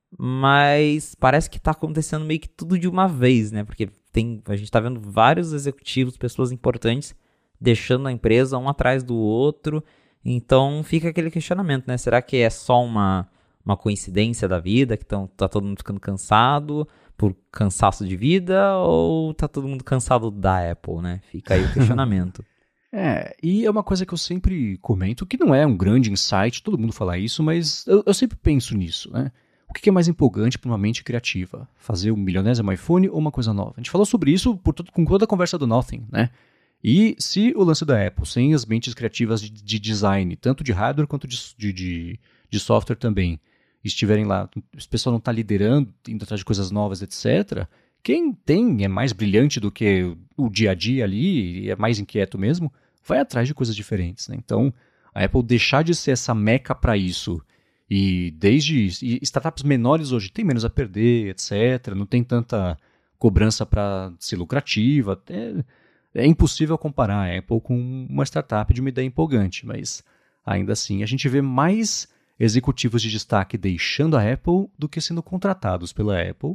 mas parece que tá acontecendo meio que tudo de uma vez, né? Porque tem, a gente tá vendo vários executivos, pessoas importantes, deixando a empresa um atrás do outro. Então fica aquele questionamento, né? Será que é só uma, uma coincidência da vida, que tão, tá todo mundo ficando cansado por cansaço de vida, ou tá todo mundo cansado da Apple, né? Fica aí o questionamento. É, e é uma coisa que eu sempre comento, que não é um grande insight, todo mundo fala isso, mas eu, eu sempre penso nisso, né? O que é mais empolgante para uma mente criativa? Fazer o milionésimo iPhone ou uma coisa nova? A gente falou sobre isso por todo, com toda a conversa do Nothing, né? E se o lance da Apple, sem as mentes criativas de, de design, tanto de hardware quanto de, de, de software também, estiverem lá, o pessoal não está liderando, indo atrás de coisas novas, etcétera, quem tem, é mais brilhante do que o dia a dia ali, e é mais inquieto mesmo, vai atrás de coisas diferentes, né? Então, a Apple deixar de ser essa meca para isso, e desde e startups menores hoje têm menos a perder, etcétera, não tem tanta cobrança para ser lucrativa, até... É impossível comparar a Apple com uma startup de uma ideia empolgante, mas ainda assim a gente vê mais executivos de destaque deixando a Apple do que sendo contratados pela Apple.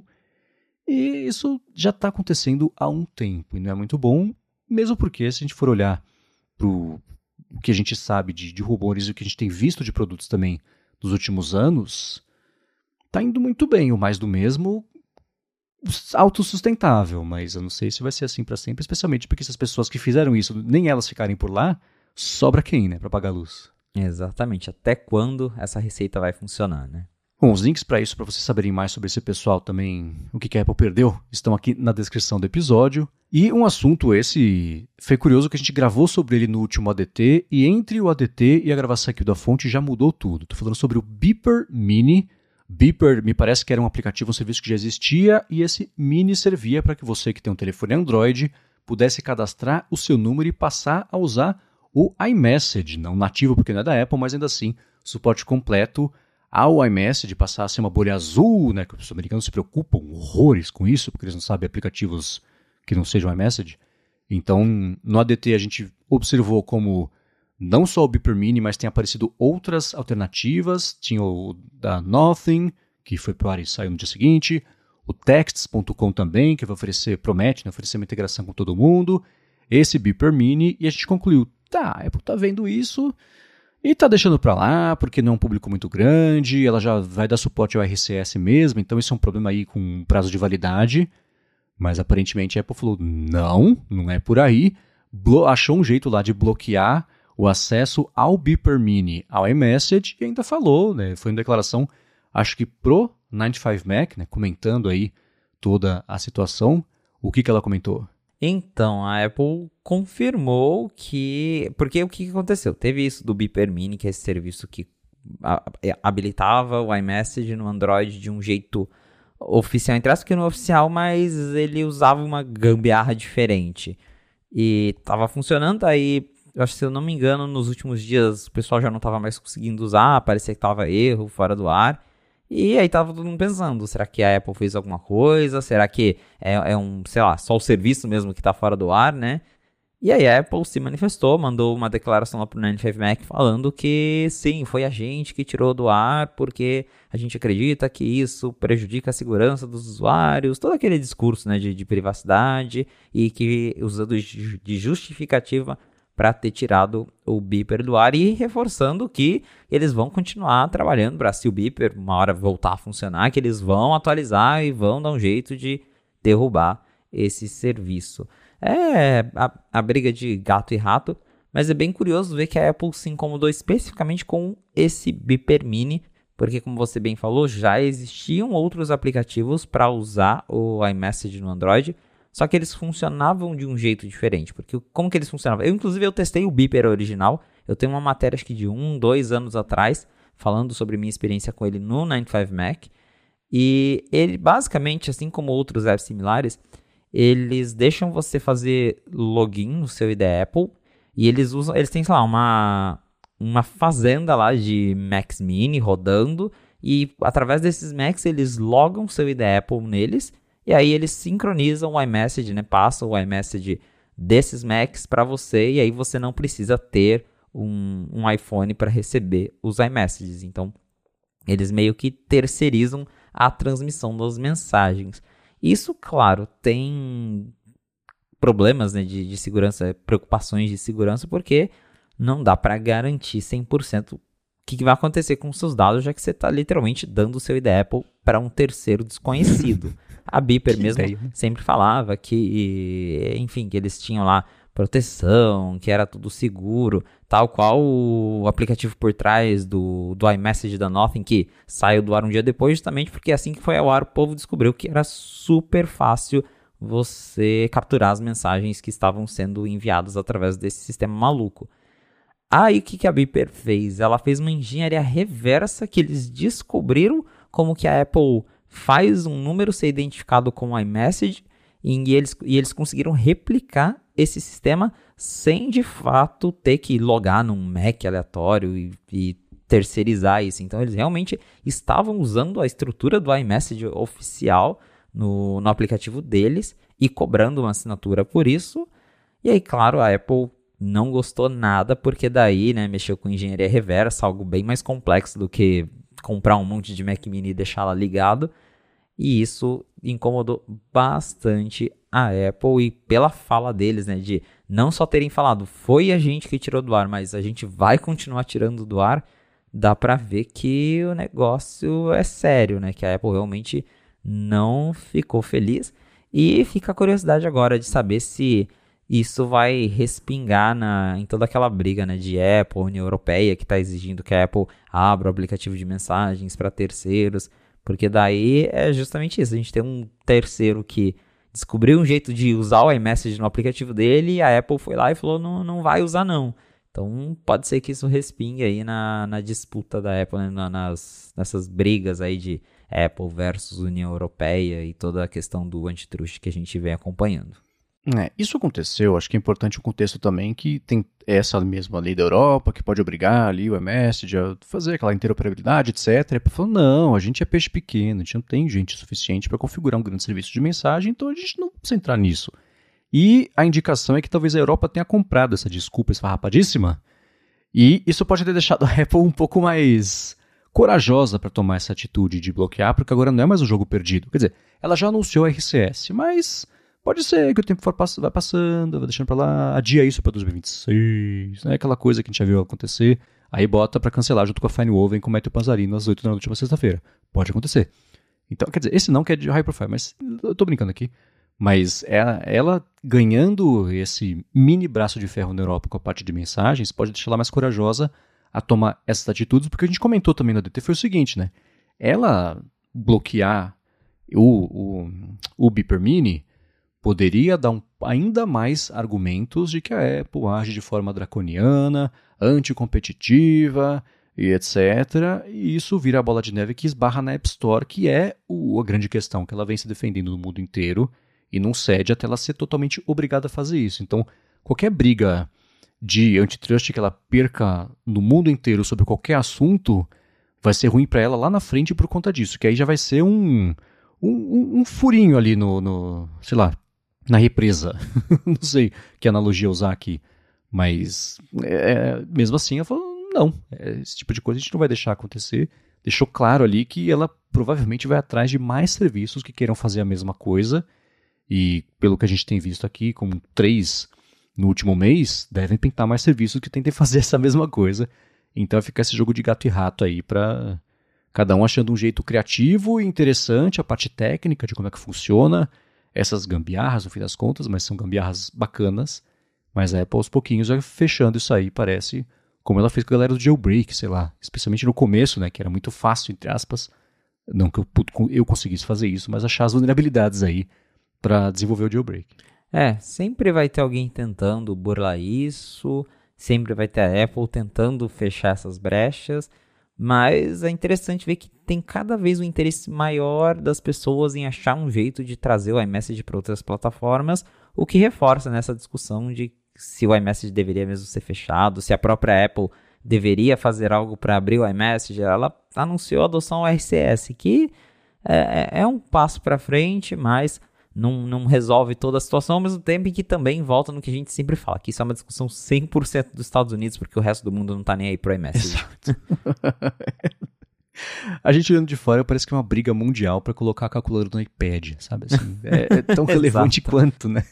E isso já está acontecendo há um tempo e não é muito bom, mesmo porque se a gente for olhar para o que a gente sabe de, de rumores e o que a gente tem visto de produtos também nos últimos anos, está indo muito bem, o mais do mesmo, autossustentável, mas eu não sei se vai ser assim para sempre, especialmente porque essas pessoas que fizeram isso, nem elas ficarem por lá, sobra quem, né, para pagar a luz? Exatamente, até quando essa receita vai funcionar, né? Bom, os links para isso, para vocês saberem mais sobre esse pessoal também, o que a Apple perdeu, estão aqui na descrição do episódio. E um assunto esse, foi curioso que a gente gravou sobre ele no último A D T, e entre o A D T e a gravação aqui da fonte já mudou tudo. Estou falando sobre o Beeper Mini. Beeper me parece que era um aplicativo, um serviço que já existia, e esse Mini servia para que você que tem um telefone Android pudesse cadastrar o seu número e passar a usar o iMessage, não nativo porque não é da Apple, mas ainda assim suporte completo ao iMessage, passar a ser uma bolha azul, né, que os americanos se preocupam horrores com isso, porque eles não sabem aplicativos que não sejam iMessage. Então, no A D T a gente observou como não só o Beeper Mini, mas tem aparecido outras alternativas. Tinha o da Nothing, que foi para o ar e saiu no dia seguinte. O Texts ponto com também, que vai oferecer, promete, né, oferecer uma integração com todo mundo. Esse Beeper Mini, e a gente concluiu, tá, a Apple tá vendo isso e tá deixando para lá, porque não é um público muito grande, ela já vai dar suporte ao R C S mesmo, então isso é um problema aí com prazo de validade. Mas aparentemente a Apple falou, não, não é por aí. Blo- achou um jeito lá de bloquear o acesso ao Beeper Mini, ao iMessage, e ainda falou, né, foi uma declaração, acho que pro noventa e cinco Mac, né, comentando aí toda a situação. O que, que ela comentou? Então, a Apple confirmou que... Porque o que aconteceu? Teve isso do Beeper Mini, que é esse serviço que habilitava o iMessage no Android de um jeito oficial, entre aspas, que não é oficial, mas ele usava uma gambiarra diferente. E estava funcionando, aí eu acho que se eu não me engano, nos últimos dias o pessoal já não estava mais conseguindo usar, parecia que estava erro, fora do ar. E aí tava todo mundo pensando, será que a Apple fez alguma coisa? Será que é, é um, sei lá, só o serviço mesmo que tá fora do ar, né? E aí a Apple se manifestou, mandou uma declaração lá pro noventa e cinco Mac falando que sim, foi a gente que tirou do ar porque a gente acredita que isso prejudica a segurança dos usuários, todo aquele discurso, né, de, de privacidade e que usando de justificativa para ter tirado o beeper do ar e reforçando que eles vão continuar trabalhando para se o beeper uma hora voltar a funcionar, que eles vão atualizar e vão dar um jeito de derrubar esse serviço. É a, a briga de gato e rato, mas é bem curioso ver que a Apple se incomodou especificamente com esse beeper mini, porque como você bem falou, já existiam outros aplicativos para usar o iMessage no Android, só que eles funcionavam de um jeito diferente, porque como que eles funcionavam? Eu, inclusive, eu testei o beeper original, eu tenho uma matéria acho que de um, dois anos atrás, falando sobre minha experiência com ele no noventa e cinco Mac, e ele basicamente, assim como outros apps similares, eles deixam você fazer login no seu I D Apple e eles usam, eles têm, sei lá, uma, uma fazenda lá de Macs Mini rodando e através desses Macs eles logam seu I D Apple neles e aí eles sincronizam o iMessage, né? Passam o iMessage desses Macs para você e aí você não precisa ter um, um iPhone para receber os iMessages. Então, eles meio que terceirizam a transmissão das mensagens. Isso, claro, tem problemas, né, de, de segurança, preocupações de segurança, porque não dá para garantir cem por cento o que, que vai acontecer com os seus dados, já que você está literalmente dando o seu I D Apple para um terceiro desconhecido. A Beeper mesmo ideia, né? Sempre falava que, enfim, que eles tinham lá proteção, que era tudo seguro, tal qual o aplicativo por trás do, do iMessage da Nothing, que saiu do ar um dia depois, justamente porque assim que foi ao ar, o povo descobriu que era super fácil você capturar as mensagens que estavam sendo enviadas através desse sistema maluco. Aí o que, que a Beeper fez? Ela fez uma engenharia reversa que eles descobriram como que a Apple faz um número ser identificado como iMessage e eles, e eles conseguiram replicar esse sistema sem de fato ter que logar num Mac aleatório e, e terceirizar isso. Então eles realmente estavam usando a estrutura do iMessage oficial no, no aplicativo deles e cobrando uma assinatura por isso. E aí, claro, a Apple não gostou nada porque daí, né, mexeu com engenharia reversa, algo bem mais complexo do que comprar um monte de Mac Mini e deixá-la ligado. E isso incomodou bastante a Apple e pela fala deles, né, de não só terem falado, foi a gente que tirou do ar, mas a gente vai continuar tirando do ar, dá pra ver que o negócio é sério, né, que a Apple realmente não ficou feliz. E fica a curiosidade agora de saber se isso vai respingar na, em toda aquela briga, né, de Apple, União Europeia, que está exigindo que a Apple abra o aplicativo de mensagens para terceiros, porque daí é justamente isso, a gente tem um terceiro que descobriu um jeito de usar o iMessage no aplicativo dele e a Apple foi lá e falou, não, não vai usar não. Então pode ser que isso respingue aí na, na disputa da Apple, né, nas, nessas brigas aí de Apple versus União Europeia e toda a questão do antitrust que a gente vem acompanhando. É, isso aconteceu, acho que é importante o contexto também que tem essa mesma lei da Europa que pode obrigar ali o iMessage a fazer aquela interoperabilidade, etcétera. E a Apple falou, não, a gente é peixe pequeno, a gente não tem gente suficiente para configurar um grande serviço de mensagem, então a gente não precisa entrar nisso. E a indicação é que talvez a Europa tenha comprado essa desculpa esfarrapadíssima e isso pode ter deixado a Apple um pouco mais corajosa para tomar essa atitude de bloquear, porque agora não é mais um jogo perdido. Quer dizer, ela já anunciou a R C S, mas pode ser que o tempo for pass- vai passando, vai deixando para lá, adia isso para dois mil e vinte e seis, né? Aquela coisa que a gente já viu acontecer, aí bota para cancelar junto com a Finewoven com o Matthew Panzarino às oito da noite da última sexta-feira. Pode acontecer. Então, quer dizer, esse não que é de high profile, mas eu tô brincando aqui. Mas ela, ela ganhando esse mini braço de ferro na Europa com a parte de mensagens, pode deixar ela mais corajosa a tomar essas atitudes, porque a gente comentou também na D T foi o seguinte, né? Ela bloquear o, o, o Beeper Mini poderia dar um, ainda mais argumentos de que a Apple age de forma draconiana, anticompetitiva e etcétera. E isso vira a bola de neve que esbarra na App Store, que é o, a grande questão que ela vem se defendendo no mundo inteiro e não cede até ela ser totalmente obrigada a fazer isso. Então, qualquer briga de antitrust que ela perca no mundo inteiro sobre qualquer assunto, vai ser ruim para ela lá na frente por conta disso, que aí já vai ser um, um, um furinho ali no, no, sei lá, na represa. Não sei que analogia usar aqui, mas é, mesmo assim ela falou, não, esse tipo de coisa a gente não vai deixar acontecer. Deixou claro ali que ela provavelmente vai atrás de mais serviços que queiram fazer a mesma coisa, e pelo que a gente tem visto aqui, como três no último mês, devem pintar mais serviços que tentem fazer essa mesma coisa. Então fica esse jogo de gato e rato aí para cada um achando um jeito criativo e interessante, a parte técnica de como é que funciona, essas gambiarras no fim das contas, mas são gambiarras bacanas, mas a Apple aos pouquinhos vai fechando isso aí, parece, como ela fez com a galera do jailbreak, sei lá, especialmente no começo, né, que era muito fácil, entre aspas, não que eu, eu conseguisse fazer isso, mas achar as vulnerabilidades aí para desenvolver o jailbreak. É, sempre vai ter alguém tentando burlar isso, sempre vai ter a Apple tentando fechar essas brechas, mas é interessante ver que tem cada vez um interesse maior das pessoas em achar um jeito de trazer o iMessage para outras plataformas, o que reforça nessa discussão de se o iMessage deveria mesmo ser fechado, se a própria Apple deveria fazer algo para abrir o iMessage. Ela anunciou a adoção ao R C S, que é, é um passo para frente, mas Não, não resolve toda a situação, ao mesmo tempo em que também volta no que a gente sempre fala, que isso é uma discussão cem por cento dos Estados Unidos, porque o resto do mundo não tá nem aí pro iMessage. A gente olhando de fora parece que é uma briga mundial para colocar a calculadora no iPad, sabe? Assim, é, é tão relevante quanto, né?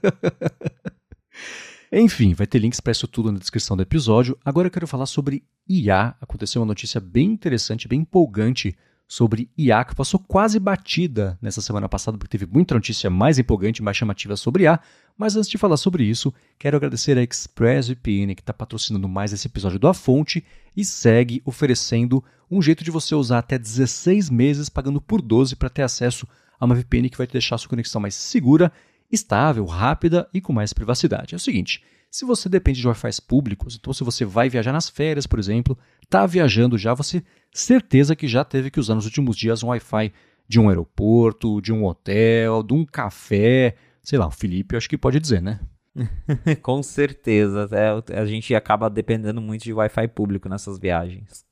Enfim, vai ter links para isso tudo na descrição do episódio. Agora eu quero falar sobre I A. Aconteceu uma notícia bem interessante, bem empolgante sobre I A, que passou quase batida nessa semana passada, porque teve muita notícia mais empolgante e mais chamativa sobre I A. Mas antes de falar sobre isso, quero agradecer a ExpressVPN, que está patrocinando mais esse episódio do A Fonte e segue oferecendo um jeito de você usar até dezesseis meses pagando por doze para ter acesso a uma V P N que vai te deixar a sua conexão mais segura, estável, rápida e com mais privacidade. É o seguinte, se você depende de Wi-Fi públicos, então se você vai viajar nas férias, por exemplo, está viajando já, você certeza que já teve que usar nos últimos dias um Wi-Fi de um aeroporto, de um hotel, de um café, sei lá, o Felipe eu acho que pode dizer, né? Com certeza, é, a gente acaba dependendo muito de Wi-Fi público nessas viagens.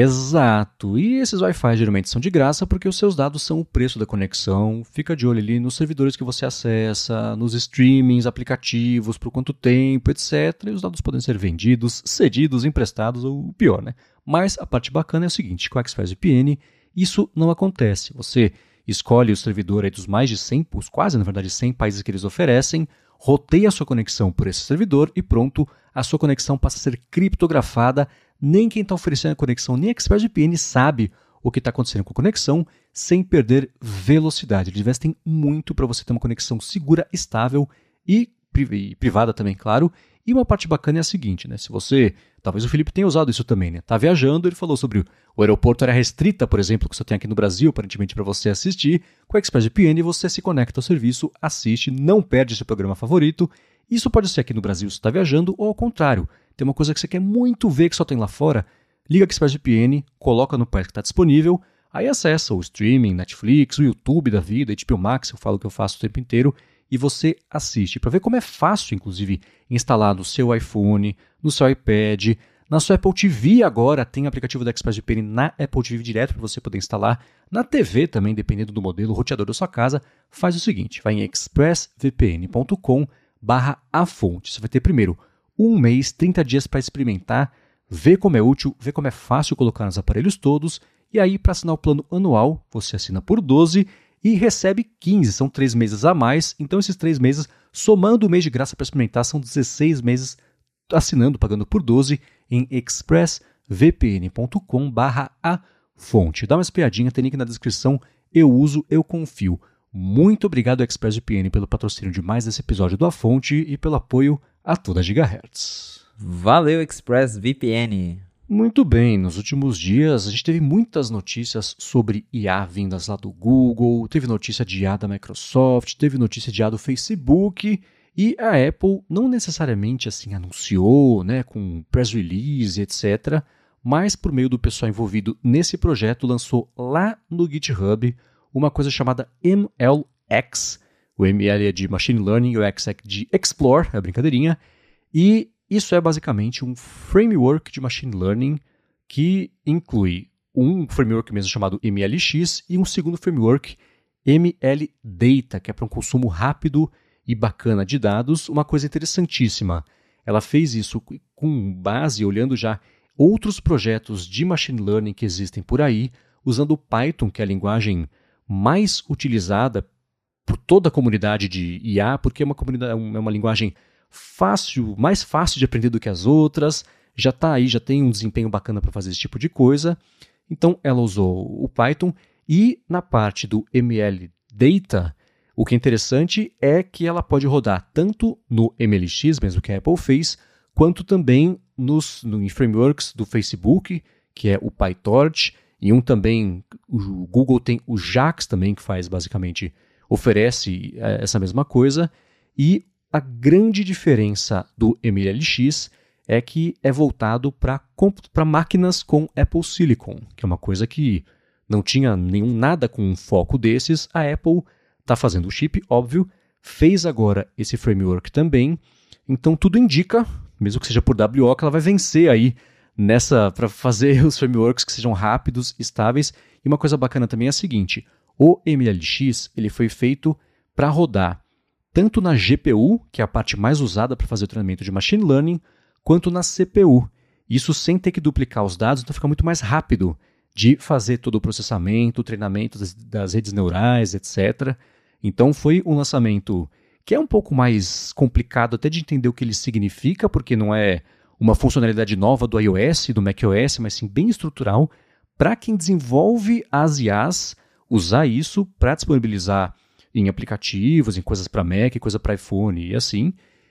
Exato, e esses Wi-Fi geralmente são de graça porque os seus dados são o preço da conexão, fica de olho ali nos servidores que você acessa, nos streamings, aplicativos, por quanto tempo, etcétera. E os dados podem ser vendidos, cedidos, emprestados ou pior, né? Mas a parte bacana é o seguinte, com a ExpressVPN isso não acontece, você escolhe o servidor aí dos mais de cem, quase na verdade cem países que eles oferecem, roteia a sua conexão por esse servidor e pronto, a sua conexão passa a ser criptografada. Nem quem está oferecendo a conexão, nem a ExpressVPN sabe o que está acontecendo com a conexão sem perder velocidade. Eles investem muito para você ter uma conexão segura, estável e privada também, claro. E uma parte bacana é a seguinte, né? Se você, talvez o Felipe tenha usado isso também, né? Tá viajando, ele falou sobre o aeroporto, área restrita, por exemplo, que só tem aqui no Brasil, aparentemente para você assistir. Com a ExpressVPN você se conecta ao serviço, assiste, não perde seu programa favorito. Isso pode ser aqui no Brasil se está viajando ou ao contrário. Tem uma coisa que você quer muito ver que só tem lá fora, liga a ExpressVPN, coloca no país que está disponível, aí acessa o streaming, Netflix, o YouTube da vida, H B O Max, eu falo que eu faço o tempo inteiro, e você assiste. Para ver como é fácil, inclusive, instalar no seu iPhone, no seu iPad, na sua Apple T V agora tem aplicativo da ExpressVPN na Apple T V direto para você poder instalar, na T V também, dependendo do modelo, o roteador da sua casa, faz o seguinte, vai em expressvpn ponto com barra a fonte, você vai ter primeiro um mês, trinta dias para experimentar, ver como é útil, ver como é fácil colocar nos aparelhos todos, e aí para assinar o plano anual, você assina por doze e recebe quinze, são três meses a mais, então esses três meses, somando o mês de graça para experimentar, são dezesseis meses assinando, pagando por doze, em expressvpn ponto com barra a fonte. Dá uma espiadinha, tem link na descrição, eu uso, eu confio. Muito obrigado ExpressVPN pelo patrocínio de mais esse episódio do A Fonte e pelo apoio a toda a Gigahertz. Valeu, ExpressVPN! Muito bem, nos últimos dias a gente teve muitas notícias sobre I A vindas lá do Google, teve notícia de I A da Microsoft, teve notícia de I A do Facebook e a Apple não necessariamente assim anunciou, né, com press release, etcétera, mas por meio do pessoal envolvido nesse projeto lançou lá no GitHub uma coisa chamada M L X, o M L é de Machine Learning e o X é de Explore, é a brincadeirinha, e isso é basicamente um framework de machine learning que inclui um framework mesmo chamado M L X e um segundo framework, M L Data, que é para um consumo rápido e bacana de dados. Uma coisa interessantíssima, ela fez isso com base, olhando já outros projetos de machine learning que existem por aí, usando o Python, que é a linguagem mais utilizada por toda a comunidade de I A, porque é uma, comunidade, é uma linguagem fácil, mais fácil de aprender do que as outras, já está aí, já tem um desempenho bacana para fazer esse tipo de coisa. Então ela usou o Python e na parte do M L Data, o que é interessante é que ela pode rodar tanto no M L X, mesmo que a Apple fez, quanto também nos, no, em frameworks do Facebook, que é o PyTorch, e um também, o Google tem o JAX também, que faz basicamente, oferece é, essa mesma coisa, e a grande diferença do M L X é que é voltado para máquinas com Apple Silicon, que é uma coisa que não tinha nenhum nada com um foco desses. A Apple está fazendo o chip, óbvio, fez agora esse framework também, então tudo indica, mesmo que seja por W O, que ela vai vencer aí nessa para fazer os frameworks que sejam rápidos, estáveis. E uma coisa bacana também é a seguinte, o M L X ele foi feito para rodar tanto na G P U, que é a parte mais usada para fazer o treinamento de machine learning, quanto na C P U. Isso sem ter que duplicar os dados, então fica muito mais rápido de fazer todo o processamento, o treinamento das, das redes neurais, etcétera. Então foi um lançamento que é um pouco mais complicado até de entender o que ele significa, porque não é uma funcionalidade nova do iOS, do macOS, mas sim bem estrutural, para quem desenvolve as I As usar isso para disponibilizar em aplicativos, em coisas para Mac, coisa para iPhone e assim.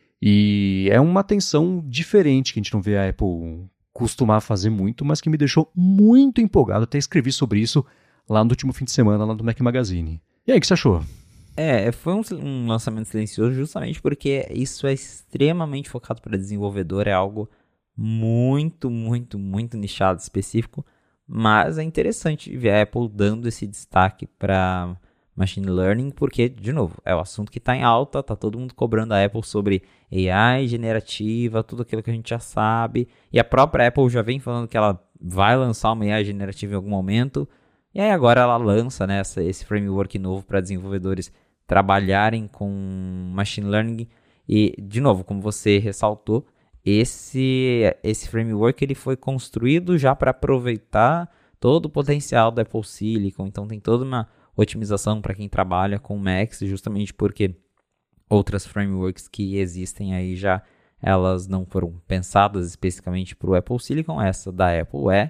E é uma atenção diferente que a gente não vê a Apple costumar fazer muito, mas que me deixou muito empolgado. Até escrevi sobre isso lá no último fim de semana, lá do Mac Magazine. E aí, o que você achou? É, foi um, um lançamento silencioso justamente porque isso é extremamente focado para desenvolvedor, é algo muito, muito, muito nichado, específico, mas é interessante ver a Apple dando esse destaque para machine learning, porque, de novo, é o assunto que está em alta, tá todo mundo cobrando a Apple sobre A I generativa, tudo aquilo que a gente já sabe, e a própria Apple já vem falando que ela vai lançar uma A I generativa em algum momento, e aí agora ela lança, né, essa, esse framework novo para desenvolvedores trabalharem com machine learning, e, de novo, como você ressaltou, esse, esse framework ele foi construído já para aproveitar todo o potencial da Apple Silicon, então tem toda uma otimização para quem trabalha com Macs, justamente porque outras frameworks que existem aí já, elas não foram pensadas especificamente para o Apple Silicon, essa da Apple é,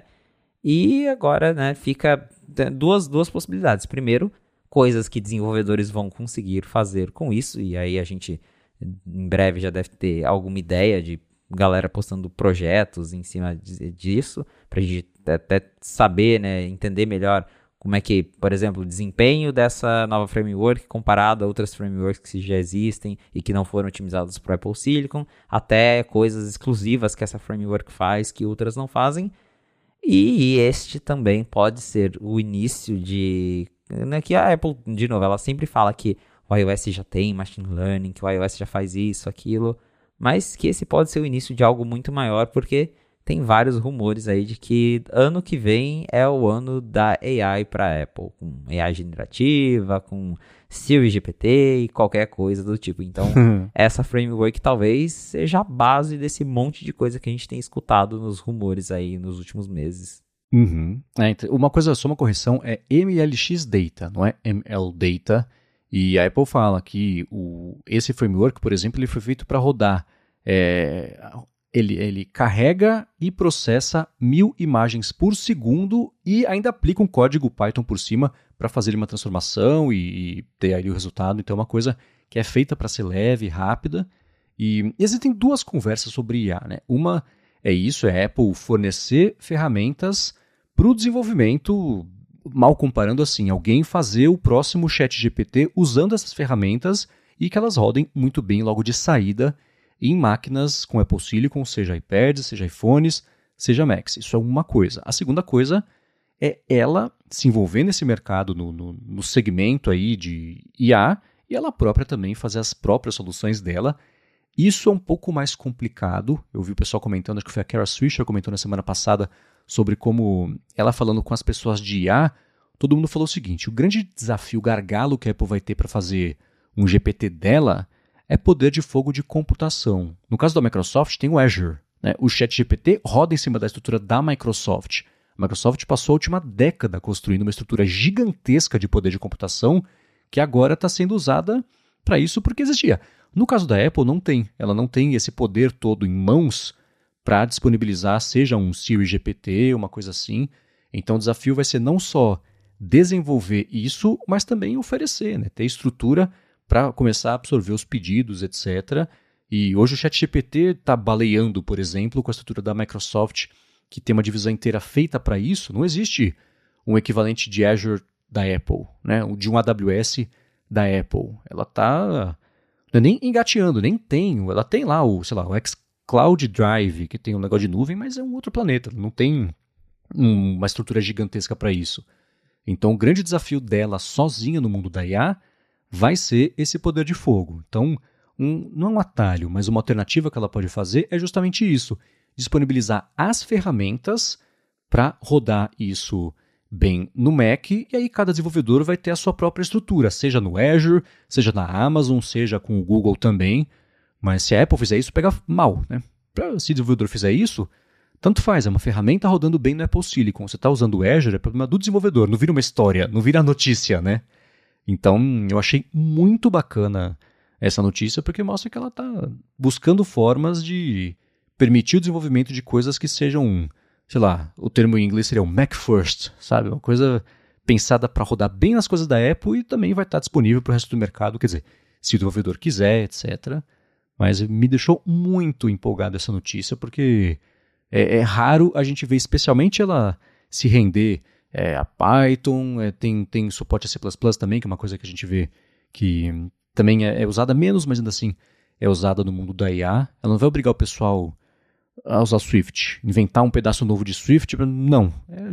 e agora, né, fica duas, duas possibilidades. Primeiro, coisas que desenvolvedores vão conseguir fazer com isso, e aí a gente em breve já deve ter alguma ideia de galera postando projetos em cima disso, para a gente até saber, né, entender melhor como é que, por exemplo, o desempenho dessa nova framework comparado a outras frameworks que já existem e que não foram otimizadas para o Apple Silicon, até coisas exclusivas que essa framework faz que outras não fazem. E este também pode ser o início de... Né, que a Apple, de novo, ela sempre fala que o iOS já tem machine learning, que o iOS já faz isso, aquilo, mas que esse pode ser o início de algo muito maior, porque tem vários rumores aí de que ano que vem é o ano da A I para Apple, com A I generativa, com Siri G P T e qualquer coisa do tipo. Então, essa framework talvez seja a base desse monte de coisa que a gente tem escutado nos rumores aí nos últimos meses. Uhum. É, uma coisa, só uma correção, é M L X Data, não é M L Data. E a Apple fala que o, esse framework, por exemplo, ele foi feito para rodar... É, Ele, ele carrega e processa mil imagens por segundo e ainda aplica um código Python por cima para fazer uma transformação e, e ter aí o resultado. Então é uma coisa que é feita para ser leve, rápida. E existem duas conversas sobre I A, né? Uma é isso, é a Apple fornecer ferramentas para o desenvolvimento, mal comparando assim, alguém fazer o próximo chat G P T usando essas ferramentas e que elas rodem muito bem logo de saída em máquinas com Apple Silicon, seja iPads, seja iPhones, seja Macs. Isso é uma coisa. A segunda coisa é ela se envolver nesse mercado, no, no, no segmento aí de I A, e ela própria também fazer as próprias soluções dela. Isso é um pouco mais complicado. Eu vi o pessoal comentando, acho que foi a Kara Swisher comentando na semana passada sobre como ela falando com as pessoas de I A, todo mundo falou o seguinte, o grande desafio, o gargalo que a Apple vai ter para fazer um G P T dela é poder de fogo de computação. No caso da Microsoft tem o Azure, né? O ChatGPT roda em cima da estrutura da Microsoft. A Microsoft passou a última década construindo uma estrutura gigantesca de poder de computação que agora está sendo usada para isso porque existia. No caso da Apple não tem, ela não tem esse poder todo em mãos para disponibilizar, seja um Siri G P T, uma coisa assim. Então o desafio vai ser não só desenvolver isso, mas também oferecer, né? Ter estrutura para começar a absorver os pedidos, etcétera. E hoje o ChatGPT está baleando, por exemplo, com a estrutura da Microsoft, que tem uma divisão inteira feita para isso. Não existe um equivalente de Azure da Apple, né? De um A W S da Apple. Ela está nem engateando, nem tem. Ela tem lá o, sei lá, o xCloud Drive, que tem um negócio de nuvem, mas é um outro planeta. Não tem uma estrutura gigantesca para isso. Então o grande desafio dela sozinha no mundo da I A vai ser esse poder de fogo. Então, um, não é um atalho, mas uma alternativa que ela pode fazer é justamente isso. Disponibilizar as ferramentas para rodar isso bem no Mac, e aí cada desenvolvedor vai ter a sua própria estrutura, seja no Azure, seja na Amazon, seja com o Google também. Mas se a Apple fizer isso, pega mal, né? Se o desenvolvedor fizer isso, tanto faz, é uma ferramenta rodando bem no Apple Silicon. Você está usando o Azure, é problema do desenvolvedor, não vira uma história, não vira notícia, né? Então, eu achei muito bacana essa notícia, porque mostra que ela está buscando formas de permitir o desenvolvimento de coisas que sejam, sei lá, o termo em inglês seria o Mac First, sabe? Uma coisa pensada para rodar bem nas coisas da Apple e também vai estar disponível para o resto do mercado, quer dizer, se o desenvolvedor quiser, etcétera. Mas me deixou muito empolgado essa notícia, porque é, é raro a gente ver, especialmente ela se render é, a Python, é, tem, tem suporte a C plus plus também, que é uma coisa que a gente vê que também é, é usada menos, mas ainda assim é usada no mundo da I A. Ela não vai obrigar o pessoal a usar Swift, inventar um pedaço novo de Swift, não. É,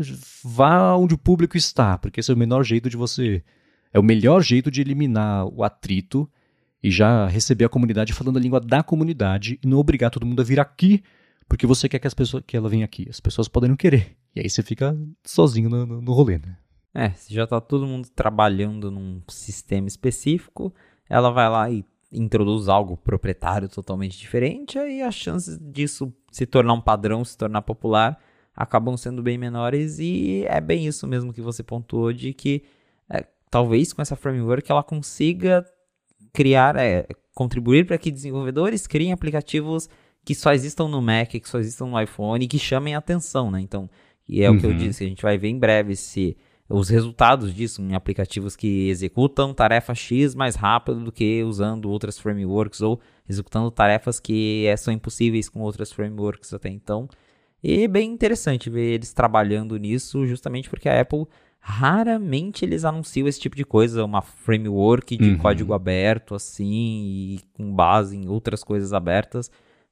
vá onde o público está, porque esse é o menor jeito de você... É o melhor jeito de eliminar o atrito e já receber a comunidade falando a língua da comunidade e não obrigar todo mundo a vir aqui porque você quer que, as pessoas, que ela venha aqui. As pessoas podem não querer. E aí você fica sozinho no, no, no rolê, né? É, se já tá todo mundo trabalhando num sistema específico, ela vai lá e introduz algo proprietário totalmente diferente, aí as chances disso se tornar um padrão, se tornar popular, acabam sendo bem menores, e é bem isso mesmo que você pontuou, de que é, talvez com essa framework ela consiga criar, é, contribuir para que desenvolvedores criem aplicativos que só existam no Mac, que só existam no iPhone e que chamem a atenção, né? Então, e é uhum. o que eu disse, a gente vai ver em breve se os resultados disso em aplicativos que executam tarefa X mais rápido do que usando outras frameworks ou executando tarefas que é, são impossíveis com outras frameworks até então. E é bem interessante ver eles trabalhando nisso, justamente porque a Apple raramente eles anunciam esse tipo de coisa, uma framework de uhum. código aberto assim e com base em outras coisas abertas.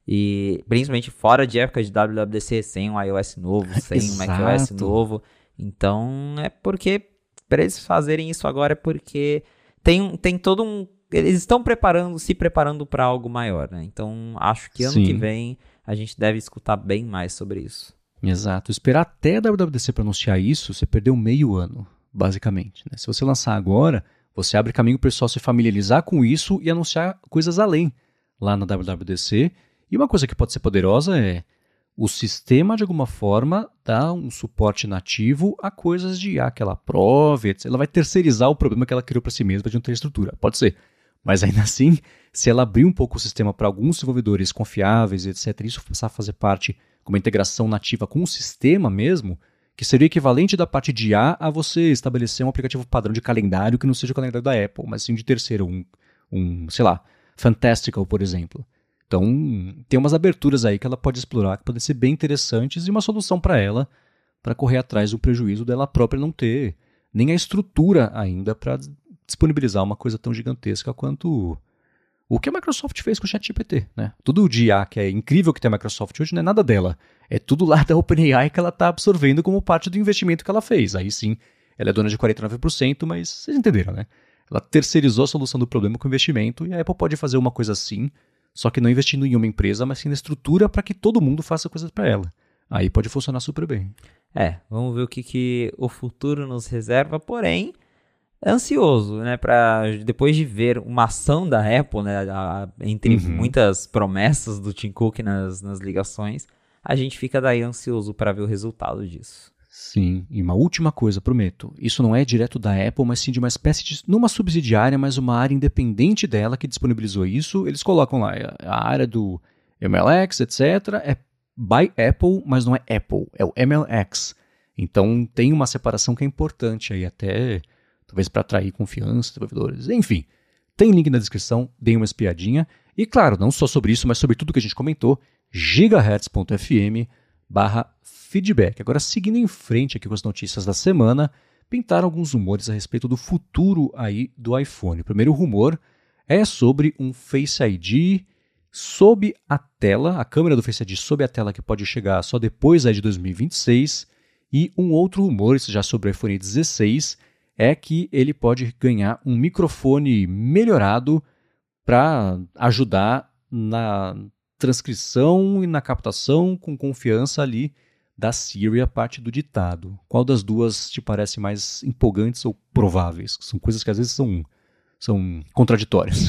E principalmente fora de época de W W D C, sem um iOS novo, sem um macOS novo. Então é porque, para eles fazerem isso agora, é porque tem, tem todo um... Eles estão preparando, se preparando para algo maior, né? Então acho que ano Sim. que vem a gente deve escutar bem mais sobre isso. Exato. Esperar até a W W D C para anunciar isso, você perdeu meio ano, basicamente, né? Se você lançar agora, você abre caminho para o pessoal se familiarizar com isso e anunciar coisas além lá na W W D C. E uma coisa que pode ser poderosa é o sistema, de alguma forma, dá um suporte nativo a coisas de I A que ela prove, etcétera. Ela vai terceirizar o problema que ela criou para si mesma de não ter estrutura. Pode ser. Mas ainda assim, se ela abrir um pouco o sistema para alguns desenvolvedores confiáveis, etcétera, isso passar a fazer parte com uma integração nativa com o sistema mesmo, que seria equivalente da parte de I A a você estabelecer um aplicativo padrão de calendário que não seja o calendário da Apple, mas sim de terceiro, um, um sei lá, Fantastical, por exemplo. Então, tem umas aberturas aí que ela pode explorar, que podem ser bem interessantes, e uma solução para ela, para correr atrás do prejuízo dela própria não ter nem a estrutura ainda para disponibilizar uma coisa tão gigantesca quanto o que a Microsoft fez com o ChatGPT, né? Tudo de I A que é incrível que tem a Microsoft hoje não é nada dela. É tudo lá da OpenAI que ela está absorvendo como parte do investimento que ela fez. Aí sim, ela é dona de quarenta e nove por cento, mas vocês entenderam, né? Ela terceirizou a solução do problema com o investimento, e a Apple pode fazer uma coisa assim, só que não investindo em uma empresa, mas sim na estrutura para que todo mundo faça coisas para ela. Aí pode funcionar super bem. É, vamos ver o que, que o futuro nos reserva, porém, é ansioso, né, para depois de ver uma ação da Apple, né, a, entre uhum. muitas promessas do Tim Cook nas, nas ligações, a gente fica daí ansioso para ver o resultado disso. Sim, e uma última coisa, prometo, isso não é direto da Apple, mas sim de uma espécie de, numa subsidiária, mas uma área independente dela que disponibilizou isso, eles colocam lá, a área do M L X, etcétera, é by Apple, mas não é Apple, é o M L X. Então tem uma separação que é importante aí, até talvez para atrair confiança, desenvolvedores, enfim. Tem link na descrição, deem uma espiadinha. E claro, não só sobre isso, mas sobre tudo que a gente comentou, gigahertz.fm barra feedback. Agora, seguindo em frente aqui com as notícias da semana, pintaram alguns rumores a respeito do futuro aí do iPhone. O primeiro rumor é sobre um Face I D sob a tela, a câmera do Face I D sob a tela que pode chegar só depois aí de dois mil e vinte e seis. E um outro rumor, isso já sobre o iPhone dezesseis, é que ele pode ganhar um microfone melhorado para ajudar na transcrição e na captação com confiança ali da Siri a parte do ditado. Qual das duas te parece mais empolgantes ou prováveis? São coisas que às vezes são, são contraditórias.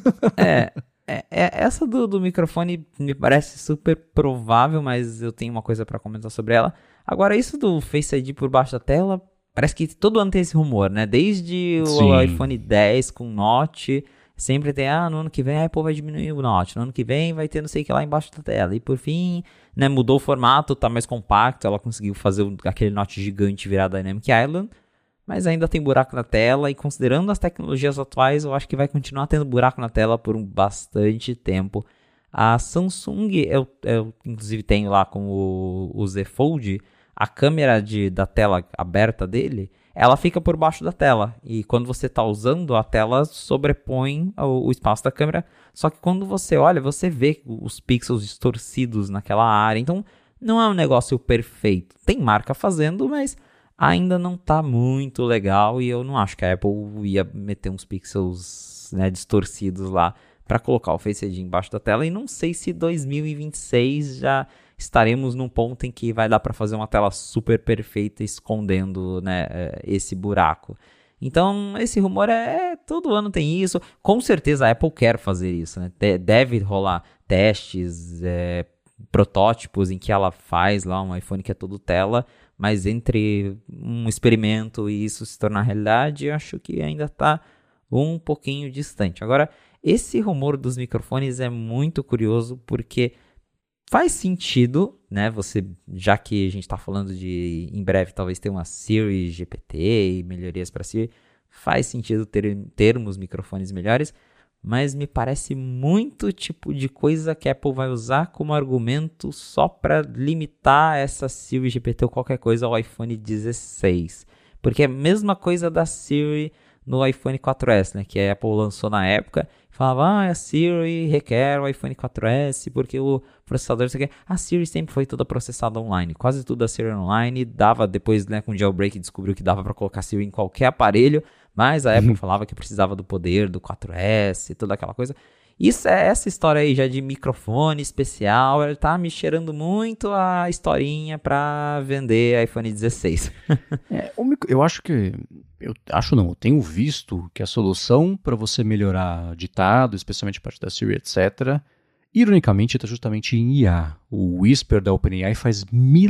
É, é, é essa do, do microfone me parece super provável, mas eu tenho uma coisa para comentar sobre ela. Agora, isso do Face I D por baixo da tela, parece que todo ano tem esse rumor, né? Desde o Sim. iPhone dez com Notch, sempre tem, ah, no ano que vem a Apple vai diminuir o Notch, no ano que vem vai ter não sei o que lá embaixo da tela. E por fim, né, mudou o formato, tá mais compacto, ela conseguiu fazer aquele Notch gigante virar Dynamic Island, mas ainda tem buraco na tela, e considerando as tecnologias atuais, eu acho que vai continuar tendo buraco na tela por um bastante tempo. A Samsung, eu, eu inclusive tenho lá com o, o Z Fold, a câmera de, da tela aberta dele, ela fica por baixo da tela. E quando você está usando, a tela sobrepõe o, o espaço da câmera. Só que quando você olha, você vê os pixels distorcidos naquela área. Então, não é um negócio perfeito. Tem marca fazendo, mas ainda não está muito legal. E eu não acho que a Apple ia meter uns pixels, né, distorcidos lá para colocar o Face I D embaixo da tela. E não sei se dois mil e vinte e seis já estaremos num ponto em que vai dar para fazer uma tela super perfeita escondendo, né, esse buraco. Então, esse rumor é, todo ano tem isso. Com certeza a Apple quer fazer isso, né? Deve rolar testes, é, protótipos em que ela faz lá um iPhone que é todo tela, mas entre um experimento e isso se tornar realidade, eu acho que ainda está um pouquinho distante. Agora, esse rumor dos microfones é muito curioso porque faz sentido, né? Você, já que a gente está falando de em breve talvez ter uma Siri G P T e melhorias para Siri, faz sentido ter, termos microfones melhores, mas me parece muito tipo de coisa que a Apple vai usar como argumento só para limitar essa Siri G P T ou qualquer coisa ao iPhone dezesseis. Porque é a mesma coisa da Siri no iPhone quatro S, né? Que a Apple lançou na época. Falava, ah, a Siri requer o iPhone quatro S porque o processador... A Siri sempre foi toda processada online. Quase tudo da Siri online. Dava depois, né, com o jailbreak, descobriu que dava para colocar Siri em qualquer aparelho. Mas a Apple falava que precisava do poder do quatro S, toda aquela coisa. Isso é essa história aí já de microfone especial. Ela tá me cheirando muito a historinha para vender iPhone dezesseis. é, o micro, eu acho que... Eu acho não, eu tenho visto que a solução para você melhorar ditado, especialmente a parte da Siri, etcétera, ironicamente está justamente em I A. O Whisper da OpenAI faz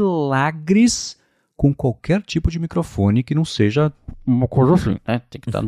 milagres com qualquer tipo de microfone que não seja uma coisa assim, né? Tem que estar...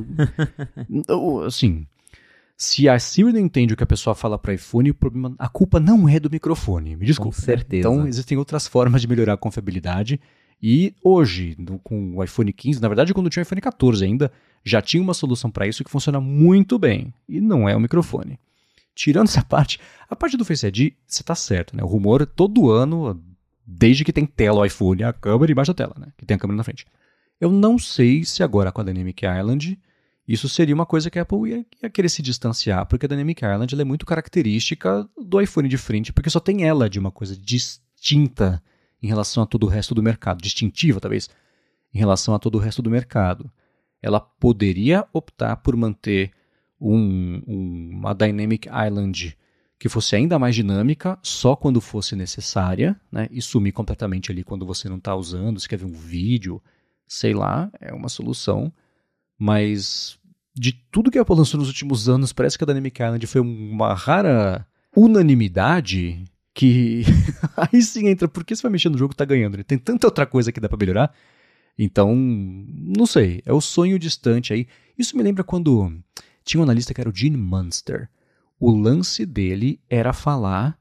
assim, se a Siri não entende o que a pessoa fala para iPhone, o problema, a culpa não é do microfone, me desculpe. Com certeza. Então, existem outras formas de melhorar a confiabilidade. E hoje, no, com o iPhone quinze, na verdade quando tinha o iPhone quatorze ainda, já tinha uma solução para isso que funciona muito bem. E não é o microfone. Tirando essa parte, a parte do Face I D, você está certo, né? O rumor todo ano, desde que tem tela o iPhone, a câmera embaixo da tela, né? Que tem a câmera na frente. Eu não sei se agora com a Dynamic Island, isso seria uma coisa que a Apple ia, ia querer se distanciar, porque a Dynamic Island ela é muito característica do iPhone de frente, porque só tem ela de uma coisa distinta em relação a todo o resto do mercado, distintiva talvez, em relação a todo o resto do mercado. Ela poderia optar por manter um, um, uma Dynamic Island que fosse ainda mais dinâmica, só quando fosse necessária, né? E sumir completamente ali quando você não está usando, se quer ver um vídeo, sei lá, é uma solução. Mas de tudo que a Apple lançou nos últimos anos, parece que a Dynamic Island foi uma rara unanimidade que aí sim entra, porque você vai mexer no jogo e tá ganhando, né? Tem tanta outra coisa que dá pra melhorar. Então, não sei, é o sonho distante aí. Isso me lembra quando tinha um analista que era o Gene Munster. O lance dele era falar: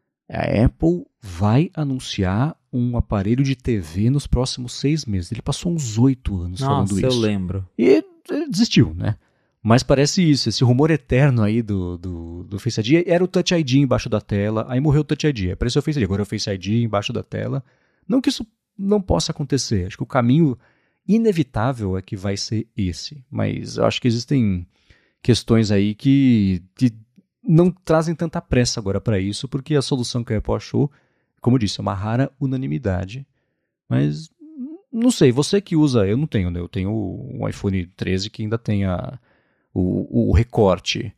a Apple vai anunciar um aparelho de T V nos próximos seis meses. Ele passou uns oito anos Nossa, falando isso. Nossa, eu lembro. E ele desistiu, né? Mas parece isso, esse rumor eterno aí do, do, do Face I D era o Touch I D embaixo da tela, aí morreu o Touch I D, aí apareceu o Face I D, agora é o Face I D embaixo da tela. Não que isso não possa acontecer, acho que o caminho inevitável é que vai ser esse, mas eu acho que existem questões aí que, que não trazem tanta pressa agora para isso, porque a solução que a Apple achou, como eu disse, é uma rara unanimidade, mas não sei, você que usa, eu não tenho, né? Eu tenho um iPhone treze que ainda tem a O, o recorte,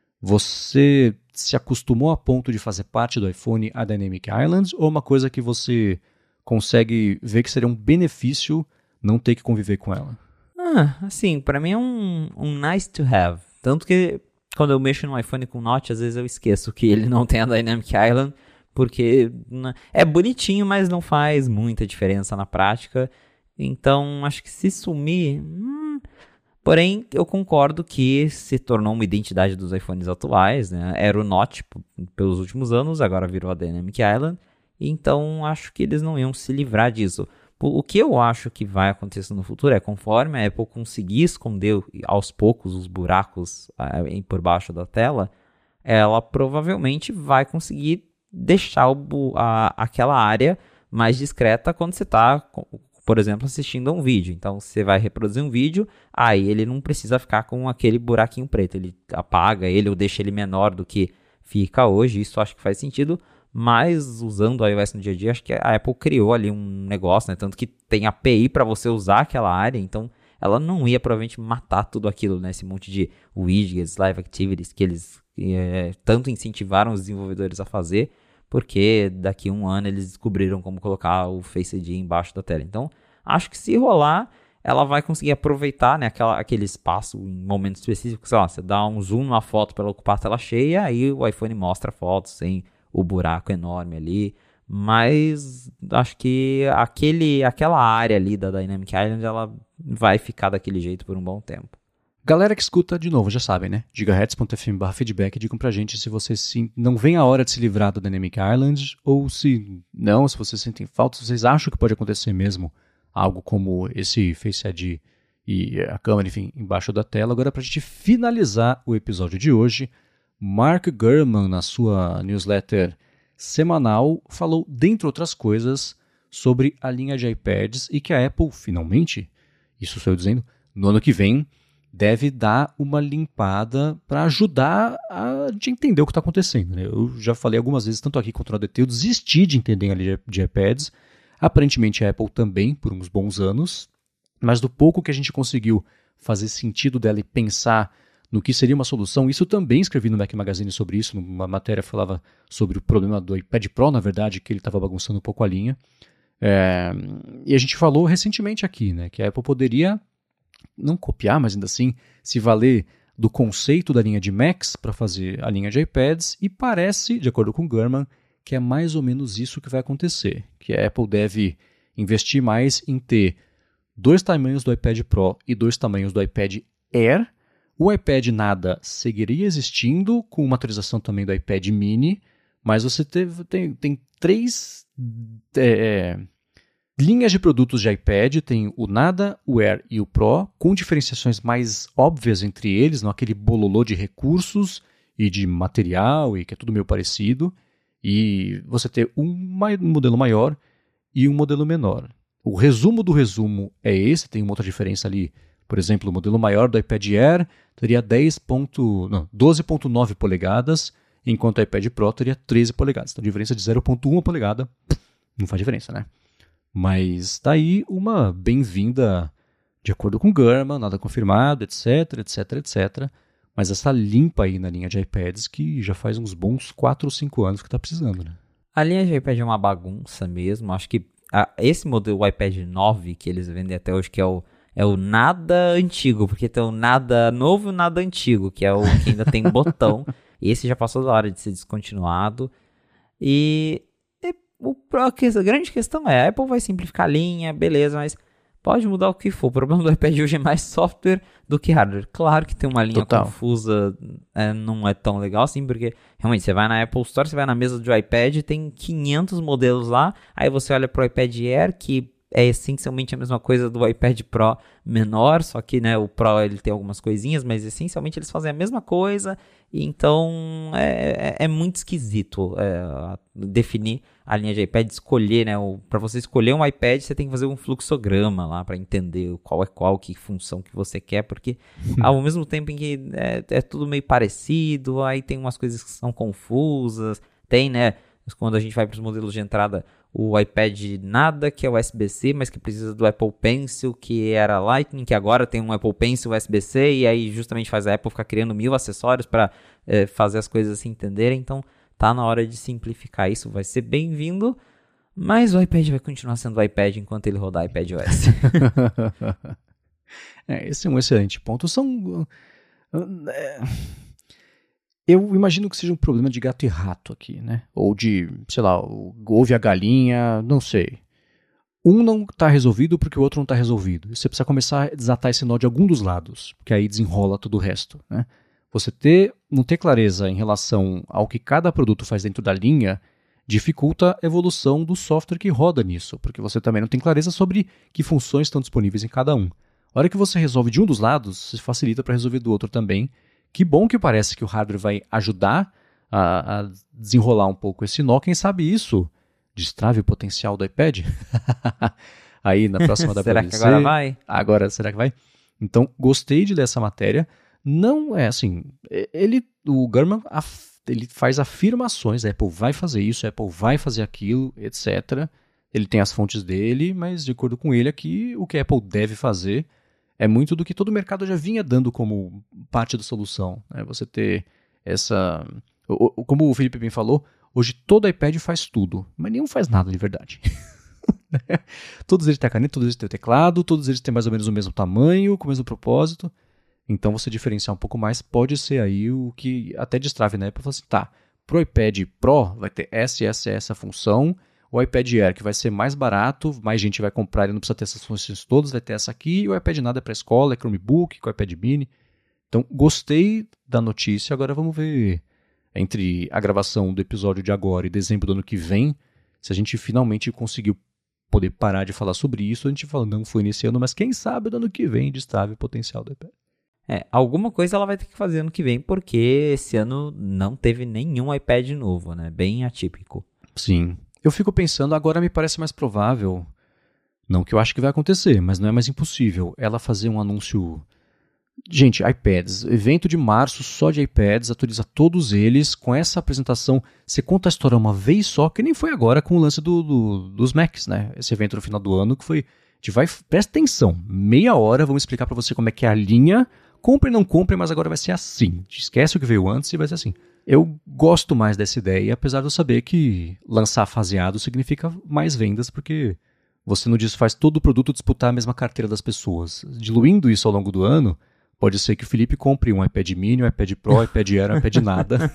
você se acostumou a ponto de fazer parte do iPhone a Dynamic Island ou uma coisa que você consegue ver que seria um benefício não ter que conviver com ela? Ah, assim, pra mim é um, um nice to have. Tanto que quando eu mexo no iPhone com Note, às vezes eu esqueço que ele não tem a Dynamic Island, porque é bonitinho, mas não faz muita diferença na prática. Então, acho que se sumir... Hum, Porém, eu concordo que se tornou uma identidade dos iPhones atuais, né? Era o Note p- pelos últimos anos, agora virou a Dynamic Island, então acho que eles não iam se livrar disso. O que eu acho que vai acontecer no futuro é, conforme a Apple conseguir esconder aos poucos os buracos ah, por baixo da tela, ela provavelmente vai conseguir deixar o bu- a, aquela área mais discreta quando você está... por exemplo, assistindo a um vídeo. Então, você vai reproduzir um vídeo, aí ele não precisa ficar com aquele buraquinho preto. Ele apaga ele ou deixa ele menor do que fica hoje. Isso acho que faz sentido. Mas, usando o iOS no dia a dia, acho que a Apple criou ali um negócio, né? Tanto que tem A P I para você usar aquela área. Então, ela não ia provavelmente matar tudo aquilo, né? Esse monte de widgets, live activities que eles é, tanto incentivaram os desenvolvedores a fazer, porque daqui a um ano eles descobriram como colocar o Face I D embaixo da tela. Então, acho que se rolar, ela vai conseguir aproveitar, né, aquela, aquele espaço em momentos específicos. Sei lá, você dá um zoom numa foto para ela ocupar a tela cheia, aí o iPhone mostra fotos sem o buraco enorme ali. Mas acho que aquele, aquela área ali da Dynamic Island, ela vai ficar daquele jeito por um bom tempo. Galera que escuta, de novo, já sabem, né? gigahertz ponto f m barra feedback, digam pra gente se vocês sim, não vem a hora de se livrar do Dynamic Island, ou se não, se vocês sentem falta, se vocês acham que pode acontecer mesmo algo como esse Face I D e a câmera, enfim, embaixo da tela. Agora, pra gente finalizar o episódio de hoje, Mark Gurman, na sua newsletter semanal, falou, dentre outras coisas, sobre a linha de iPads e que a Apple, finalmente, isso estou eu dizendo, no ano que vem, deve dar uma limpada para ajudar a gente entender o que está acontecendo. Né? Eu já falei algumas vezes, tanto aqui quanto no A D T, eu desisti de entender a linha de iPads. Aparentemente a Apple também, por uns bons anos, mas do pouco que a gente conseguiu fazer sentido dela e pensar no que seria uma solução, isso também escrevi no Mac Magazine sobre isso, numa matéria falava sobre o problema do iPad Pro, na verdade, que ele estava bagunçando um pouco a linha. É, e a gente falou recentemente aqui, né, que a Apple poderia não copiar, mas ainda assim se valer do conceito da linha de Macs para fazer a linha de iPads, e parece, de acordo com Gurman, que é mais ou menos isso que vai acontecer, que a Apple deve investir mais em ter dois tamanhos do iPad Pro e dois tamanhos do iPad Air. O iPad nada seguiria existindo, com uma atualização também do iPad mini, mas você teve, tem, tem três é, linhas de produtos de iPad, tem o Nada, o Air e o Pro, com diferenciações mais óbvias entre eles, não aquele bololô de recursos e de material, e que é tudo meio parecido, e você ter um, um modelo maior e um modelo menor. O resumo do resumo é esse, tem uma outra diferença ali. Por exemplo, o modelo maior do iPad Air teria dez ponto, não, doze ponto nove polegadas, enquanto o iPad Pro teria treze polegadas. Então, a diferença de zero ponto um polegada não faz diferença, né? Mas está aí uma bem-vinda, de acordo com Gurman, nada confirmado, etc, etc, etcétera. mas essa limpa aí na linha de iPads que já faz uns bons quatro ou cinco anos que tá precisando, né? A linha de iPad é uma bagunça mesmo. Acho que a, esse modelo, o iPad nove, que eles vendem até hoje, que é o, é o nada antigo, porque tem o nada novo e o nada antigo, que é o que ainda tem botão. Esse já passou da hora de ser descontinuado. E, e o, a, a grande questão é, a Apple vai simplificar a linha, beleza, mas pode mudar o que for. O problema do iPad hoje é mais software do que hardware. Claro que tem uma linha Total. confusa, é, não é tão legal assim, porque realmente você vai na Apple Store, você vai na mesa do iPad, tem quinhentos modelos lá, aí você olha pro iPad Air, que é essencialmente a mesma coisa do iPad Pro menor, só que, né, o Pro ele tem algumas coisinhas, mas essencialmente eles fazem a mesma coisa, e então é, é, é muito esquisito é, definir a linha de iPad, escolher, né, para você escolher um iPad você tem que fazer um fluxograma lá para entender qual é qual, que função que você quer, porque ao mesmo tempo em que é, é tudo meio parecido, aí tem umas coisas que são confusas, tem, né, quando a gente vai para os modelos de entrada, o iPad nada, que é o U S B C, mas que precisa do Apple Pencil, que era Lightning, que agora tem um Apple Pencil U S B C, e aí justamente faz a Apple ficar criando mil acessórios para é, fazer as coisas se entenderem. Então tá na hora de simplificar isso, vai ser bem-vindo, mas o iPad vai continuar sendo o iPad enquanto ele rodar iPadOS. É, esse é um excelente ponto. São... É... Eu imagino que seja um problema de gato e rato aqui, né? Ou de, sei lá, ouve a galinha, não sei. Um não está resolvido porque o outro não está resolvido. Você precisa começar a desatar esse nó de algum dos lados, porque aí desenrola todo o resto, né? Você ter, não ter clareza em relação ao que cada produto faz dentro da linha dificulta a evolução do software que roda nisso, porque você também não tem clareza sobre que funções estão disponíveis em cada um. A hora que você resolve de um dos lados, você facilita para resolver do outro também. Que bom que parece que o hardware vai ajudar a, a desenrolar um pouco esse nó. Quem sabe isso destrave o potencial do iPad? Aí na próxima W W D C. Será que agora vai? Agora, será que vai? Então, gostei de ler essa matéria. Não é assim, ele, o Gurman ele faz afirmações, a Apple vai fazer isso, a Apple vai fazer aquilo, etcétera. Ele tem as fontes dele, mas de acordo com ele aqui, o que a Apple deve fazer é muito do que todo o mercado já vinha dando como parte da solução. Né? Você ter essa... Como o Felipe bem falou, hoje todo iPad faz tudo, mas nenhum faz nada de verdade. Todos eles têm a caneta, todos eles têm o teclado, todos eles têm mais ou menos o mesmo tamanho, com o mesmo propósito. Então você diferenciar um pouco mais pode ser aí o que até destrave, né? Para falar assim, tá, pro iPad Pro vai ter essa e essa, essa função. O iPad Air, que vai ser mais barato, mais gente vai comprar, ele não precisa ter essas funções todas, vai ter essa aqui. E o iPad nada é para escola, é Chromebook, com o iPad mini. Então, gostei da notícia. Agora vamos ver, entre a gravação do episódio de agora e dezembro do ano que vem, se a gente finalmente conseguiu poder parar de falar sobre isso. A gente fala, não foi nesse ano, mas quem sabe do ano que vem destrave o potencial do iPad. É, alguma coisa ela vai ter que fazer ano que vem, porque esse ano não teve nenhum iPad novo, né? Bem atípico. Sim. Eu fico pensando, agora me parece mais provável, não que eu acho que vai acontecer, mas não é mais impossível, ela fazer um anúncio... Gente, iPads, evento de março só de iPads, atualiza todos eles, com essa apresentação, você conta a história uma vez só, que nem foi agora com o lance do, do, dos Macs, né? Esse evento no final do ano que foi... A gente vai, presta atenção, meia hora, vamos explicar para você como é que é a linha, compre ou não compre, mas agora vai ser assim, esquece o que veio antes e vai ser assim. Eu gosto mais dessa ideia, apesar de eu saber que lançar faseado significa mais vendas, porque você não diz, faz todo o produto disputar a mesma carteira das pessoas. Diluindo isso ao longo do ano, pode ser que o Felipe compre um iPad mini, um iPad Pro, um iPad Air, um iPad nada,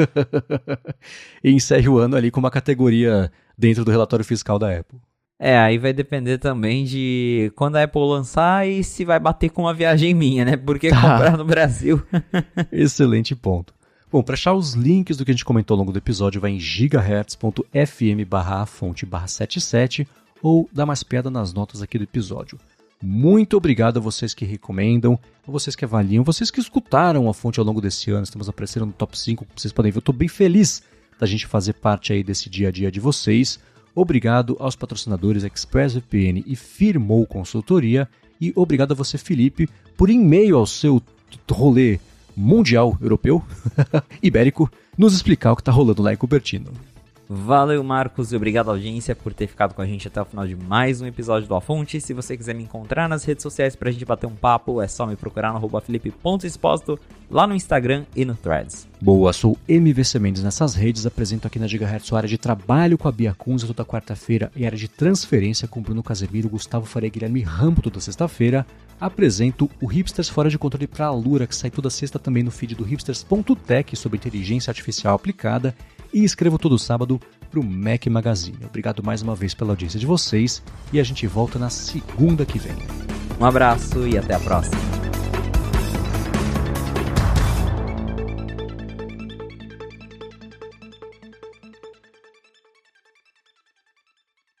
e encerre o ano ali com uma categoria dentro do relatório fiscal da Apple. É, aí vai depender também de quando a Apple lançar e se vai bater com uma viagem minha, né? Porque tá. Comprar no Brasil... Excelente ponto. Bom, para achar os links do que a gente comentou ao longo do episódio, vai em gigahertz.fm barra a fonte barra setenta e sete ou dá mais piada nas notas aqui do episódio. Muito obrigado a vocês que recomendam, a vocês que avaliam, vocês que escutaram a fonte ao longo desse ano, estamos aparecendo no top cinco, como vocês podem ver, eu estou bem feliz da gente fazer parte aí desse dia a dia de vocês. Obrigado aos patrocinadores ExpressVPN e Firmou Consultoria e obrigado a você, Felipe, por em meio ao seu rolê mundial, europeu, ibérico, nos explicar o que está rolando lá em Cupertino. Valeu, Marcos, e obrigado, audiência, por ter ficado com a gente até o final de mais um episódio do A Fonte. Se você quiser me encontrar nas redes sociais pra gente bater um papo, é só me procurar no arroba felipe ponto expósito, lá no Instagram e no Threads. Boa, sou M V C Mendes nessas redes, apresento aqui na Gigahertz a área de trabalho com a Bia Kunze toda quarta-feira e a área de transferência com Bruno Casemiro, Gustavo Faria e Guilherme Rampo toda sexta-feira. Apresento o Hipsters Fora de Controle para a Lura, que sai toda sexta também no feed do hipsters ponto tech sobre inteligência artificial aplicada, e escrevo todo sábado para o Mac Magazine. Obrigado mais uma vez pela audiência de vocês e a gente volta na segunda que vem. Um abraço e até a próxima.